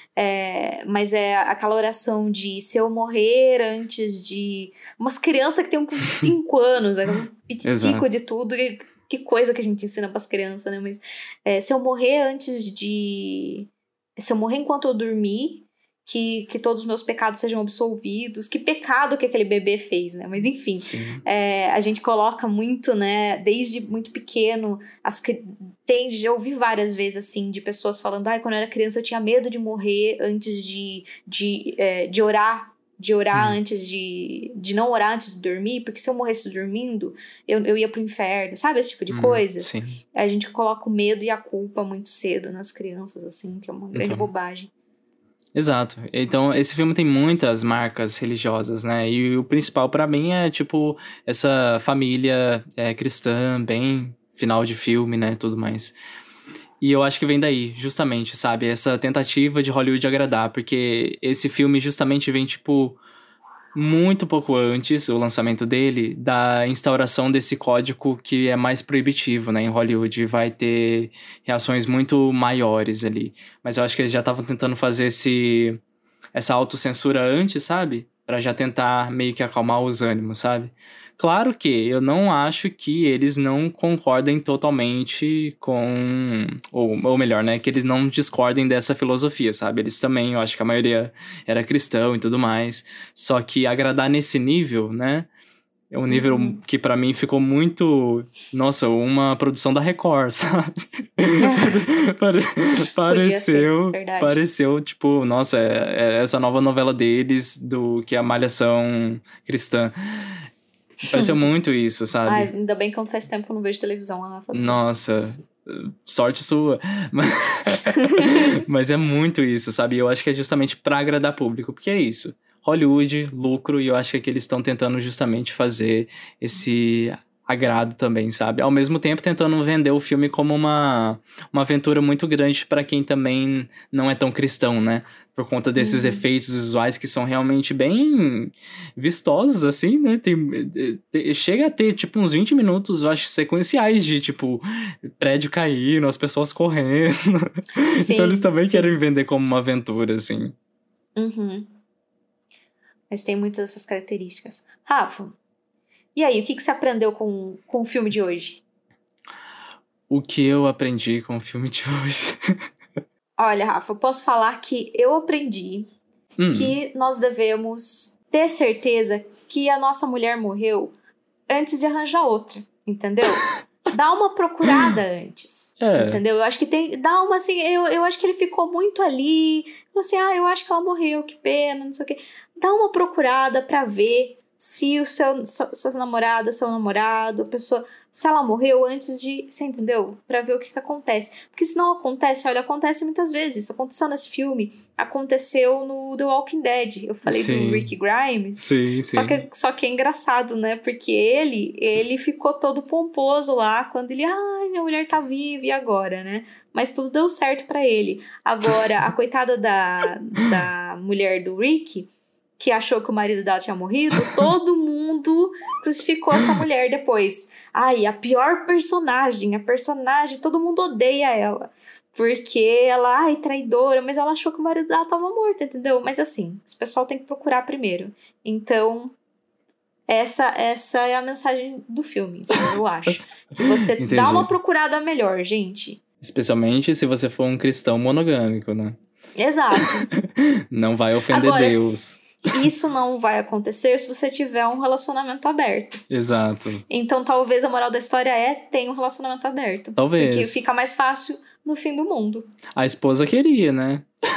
É, mas é aquela oração de se eu morrer antes de... Umas crianças que tem uns cinco anos, é um pititico de tudo. Que, que coisa que a gente ensina para as crianças, né? Mas é, se eu morrer antes de... Se eu morrer enquanto eu dormir... Que, que todos os meus pecados sejam absolvidos. Que pecado que aquele bebê fez, né? Mas enfim, é, a gente coloca muito, né? Desde muito pequeno, as, tem, já ouvi várias vezes, assim, de pessoas falando, ai, quando eu era criança eu tinha medo de morrer antes de, de, é, de orar, de orar hum. antes de, de não orar antes de dormir, porque se eu morresse dormindo, eu, eu ia pro inferno, sabe? Esse tipo de hum, coisa. Sim. A gente coloca o medo e a culpa muito cedo nas crianças, assim, que é uma grande então. bobagem. Exato. Então, esse filme tem muitas marcas religiosas, né? E o principal pra mim é, tipo, essa família é, cristã, bem final de filme, né? Tudo mais. E eu acho que vem daí, justamente, sabe? Essa tentativa de Hollywood agradar. Porque esse filme justamente vem, tipo... muito pouco antes, o lançamento dele, da instauração desse código que é mais proibitivo, né, em Hollywood, vai ter reações muito maiores ali. Mas eu acho que eles já estavam tentando fazer esse, essa autocensura antes, sabe? Pra já tentar meio que acalmar os ânimos, sabe? Claro que eu não acho que eles não concordem totalmente com... Ou, ou melhor, né? Que eles não discordem dessa filosofia, sabe? Eles também, eu acho que a maioria era cristão e tudo mais. Só que agradar nesse nível, né? É um nível uhum. que pra mim ficou muito... Nossa, uma produção da Record, sabe? Pare... pareceu, ser, pareceu, tipo... Nossa, é, é essa nova novela deles, do que é a Malhação Cristã. Pareceu muito isso, sabe? Ai, ainda bem que não faz tempo que eu não vejo televisão. Rafa, Nossa, sorte sua. Mas... Mas é muito isso, sabe? Eu acho que é justamente pra agradar público, porque é isso. Hollywood, lucro, e eu acho que, é que eles estão tentando justamente fazer esse agrado também, sabe? Ao mesmo tempo tentando vender o filme como uma, uma aventura muito grande pra quem também não é tão cristão, né? Por conta desses uhum. efeitos visuais que são realmente bem vistosos, assim, né? Tem, tem, chega a ter, tipo, uns vinte minutos, eu acho, sequenciais de, tipo, prédio caindo, as pessoas correndo. Sim, então eles também sim. querem vender como uma aventura, assim. Uhum. Mas tem muitas dessas características. Rafa, e aí, o que, que você aprendeu com, com o filme de hoje? O que eu aprendi com o filme de hoje? Olha, Rafa, eu posso falar que eu aprendi hum. que nós devemos ter certeza que a nossa mulher morreu antes de arranjar outra, entendeu? Dá uma procurada antes, é. entendeu? Eu acho que tem... Dá uma, assim... Eu, eu acho que ele ficou muito ali... Assim, ah, eu acho que ela morreu, que pena, não sei o quê. Dá uma procurada pra ver... se o seu, sua, sua namorada, seu namorado, a pessoa, se ela morreu antes de, você entendeu? Pra ver o que que acontece. Porque se não acontece, olha, acontece muitas vezes. Isso aconteceu nesse filme, aconteceu no The Walking Dead. Eu falei sim. do Rick Grimes. Sim, sim. Só que, só que é engraçado, né? Porque ele, ele ficou todo pomposo lá, quando ele, ai, minha mulher tá viva, e agora, né? Mas tudo deu certo pra ele. Agora, a coitada da, da mulher do Rick... que achou que o marido dela tinha morrido, todo mundo crucificou essa mulher depois. Ai, a pior personagem, a personagem, todo mundo odeia ela. Porque ela, ai, traidora, mas ela achou que o marido dela tava morto, entendeu? Mas assim, esse pessoal tem que procurar primeiro. Então, essa, essa é a mensagem do filme, eu acho. Que você dá uma procurada melhor, gente. Especialmente se você for um cristão monogâmico, né? Exato. Não vai ofender Agora, Deus. Isso não vai acontecer se você tiver um relacionamento aberto. Exato. Então, talvez a moral da história é ter um relacionamento aberto. Talvez. Porque fica mais fácil no fim do mundo. A esposa queria, né?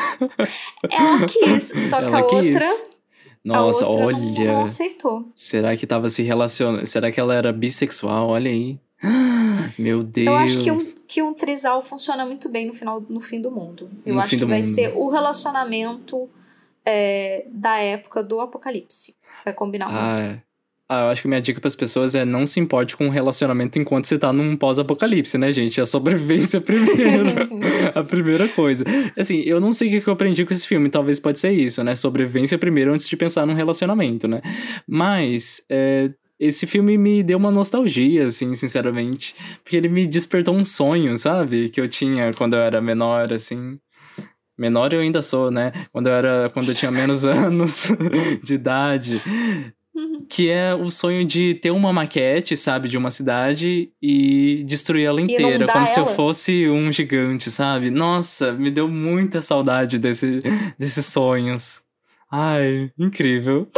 Ela quis, só que Ela a quis. outra... Nossa, a outra olha. Não, não aceitou. Será que tava se relacionando? Será que ela era bissexual? Olha aí. Meu Deus. Eu acho que um, que um trisal funciona muito bem no, final, no fim do mundo. Eu No acho fim que do vai mundo. ser o relacionamento é, da época do apocalipse. Vai combinar muito. Ah, ah, eu acho que minha dica pras pessoas é não se importe com um relacionamento enquanto você tá num pós-apocalipse, né, gente? A sobrevivência primeiro. A primeira coisa. Assim, eu não sei o que eu aprendi com esse filme, talvez pode ser isso, né? Sobrevivência primeiro antes de pensar num relacionamento, né? Mas, é, esse filme me deu uma nostalgia, assim, sinceramente. Porque ele me despertou um sonho, sabe? Que eu tinha quando eu era menor, assim. Menor eu ainda sou, né? Quando eu era, quando eu tinha menos anos de idade. Que é o sonho de ter uma maquete, sabe? De uma cidade e destruir ela inteira. inundar Como se eu ela. fosse um gigante, sabe? Nossa, me deu muita saudade desse, desses sonhos. Ai, incrível.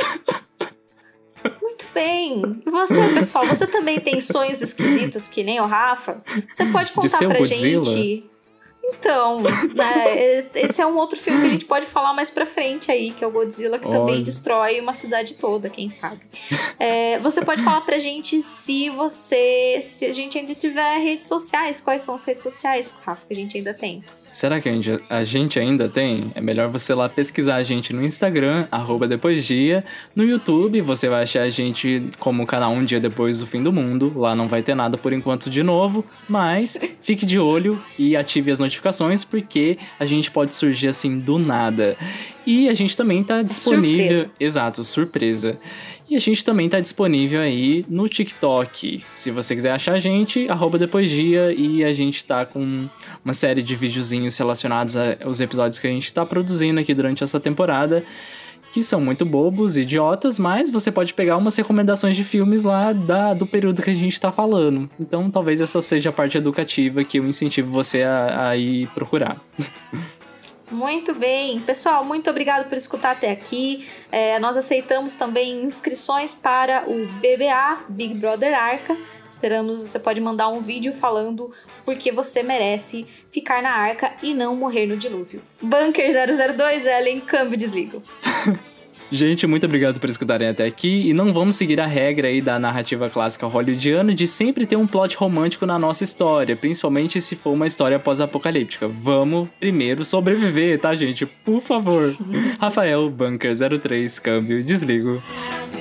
Muito bem. E você, pessoal? Você também tem sonhos esquisitos que nem o Rafa? Você pode contar ser o pra Godzilla? gente... Então, né, esse é um outro filme que a gente pode falar mais pra frente aí, que é o Godzilla, que também Olha. destrói uma cidade toda, quem sabe. É, você pode falar pra gente se você, se a gente ainda tiver redes sociais, quais são as redes sociais, Rafa, que a gente ainda tem. Será que a gente, a gente ainda tem? É melhor você lá pesquisar a gente no Instagram, arroba depoisdia. No YouTube, você vai achar a gente como canal Um Dia Depois do Fim do Mundo. Lá não vai ter nada por enquanto de novo, mas fique de olho e ative as notificações, porque a gente pode surgir assim do nada. E a gente também tá disponível... Surpresa. Exato, surpresa. E a gente também tá disponível aí no TikTok. Se você quiser achar a gente, arroba depoisdia, e a gente tá com uma série de videozinhos relacionados aos episódios que a gente tá produzindo aqui durante essa temporada, que são muito bobos, idiotas, mas você pode pegar umas recomendações de filmes lá da, do período que a gente tá falando. Então talvez essa seja a parte educativa que eu incentivo você a, a ir procurar. Muito bem. Pessoal, muito obrigado por escutar até aqui. É, nós aceitamos também inscrições para o B B A, Big Brother Arca. Esperamos, você pode mandar um vídeo falando porque você merece ficar na arca e não morrer no dilúvio. Bunker zero zero dois, Ellen, câmbio desligo. Gente, muito obrigado por escutarem até aqui, e não vamos seguir a regra aí da narrativa clássica hollywoodiana de sempre ter um plot romântico na nossa história, principalmente se for uma história pós-apocalíptica. Vamos primeiro sobreviver, tá, gente? Por favor. Rafael, Bunker zero três, câmbio, desligo.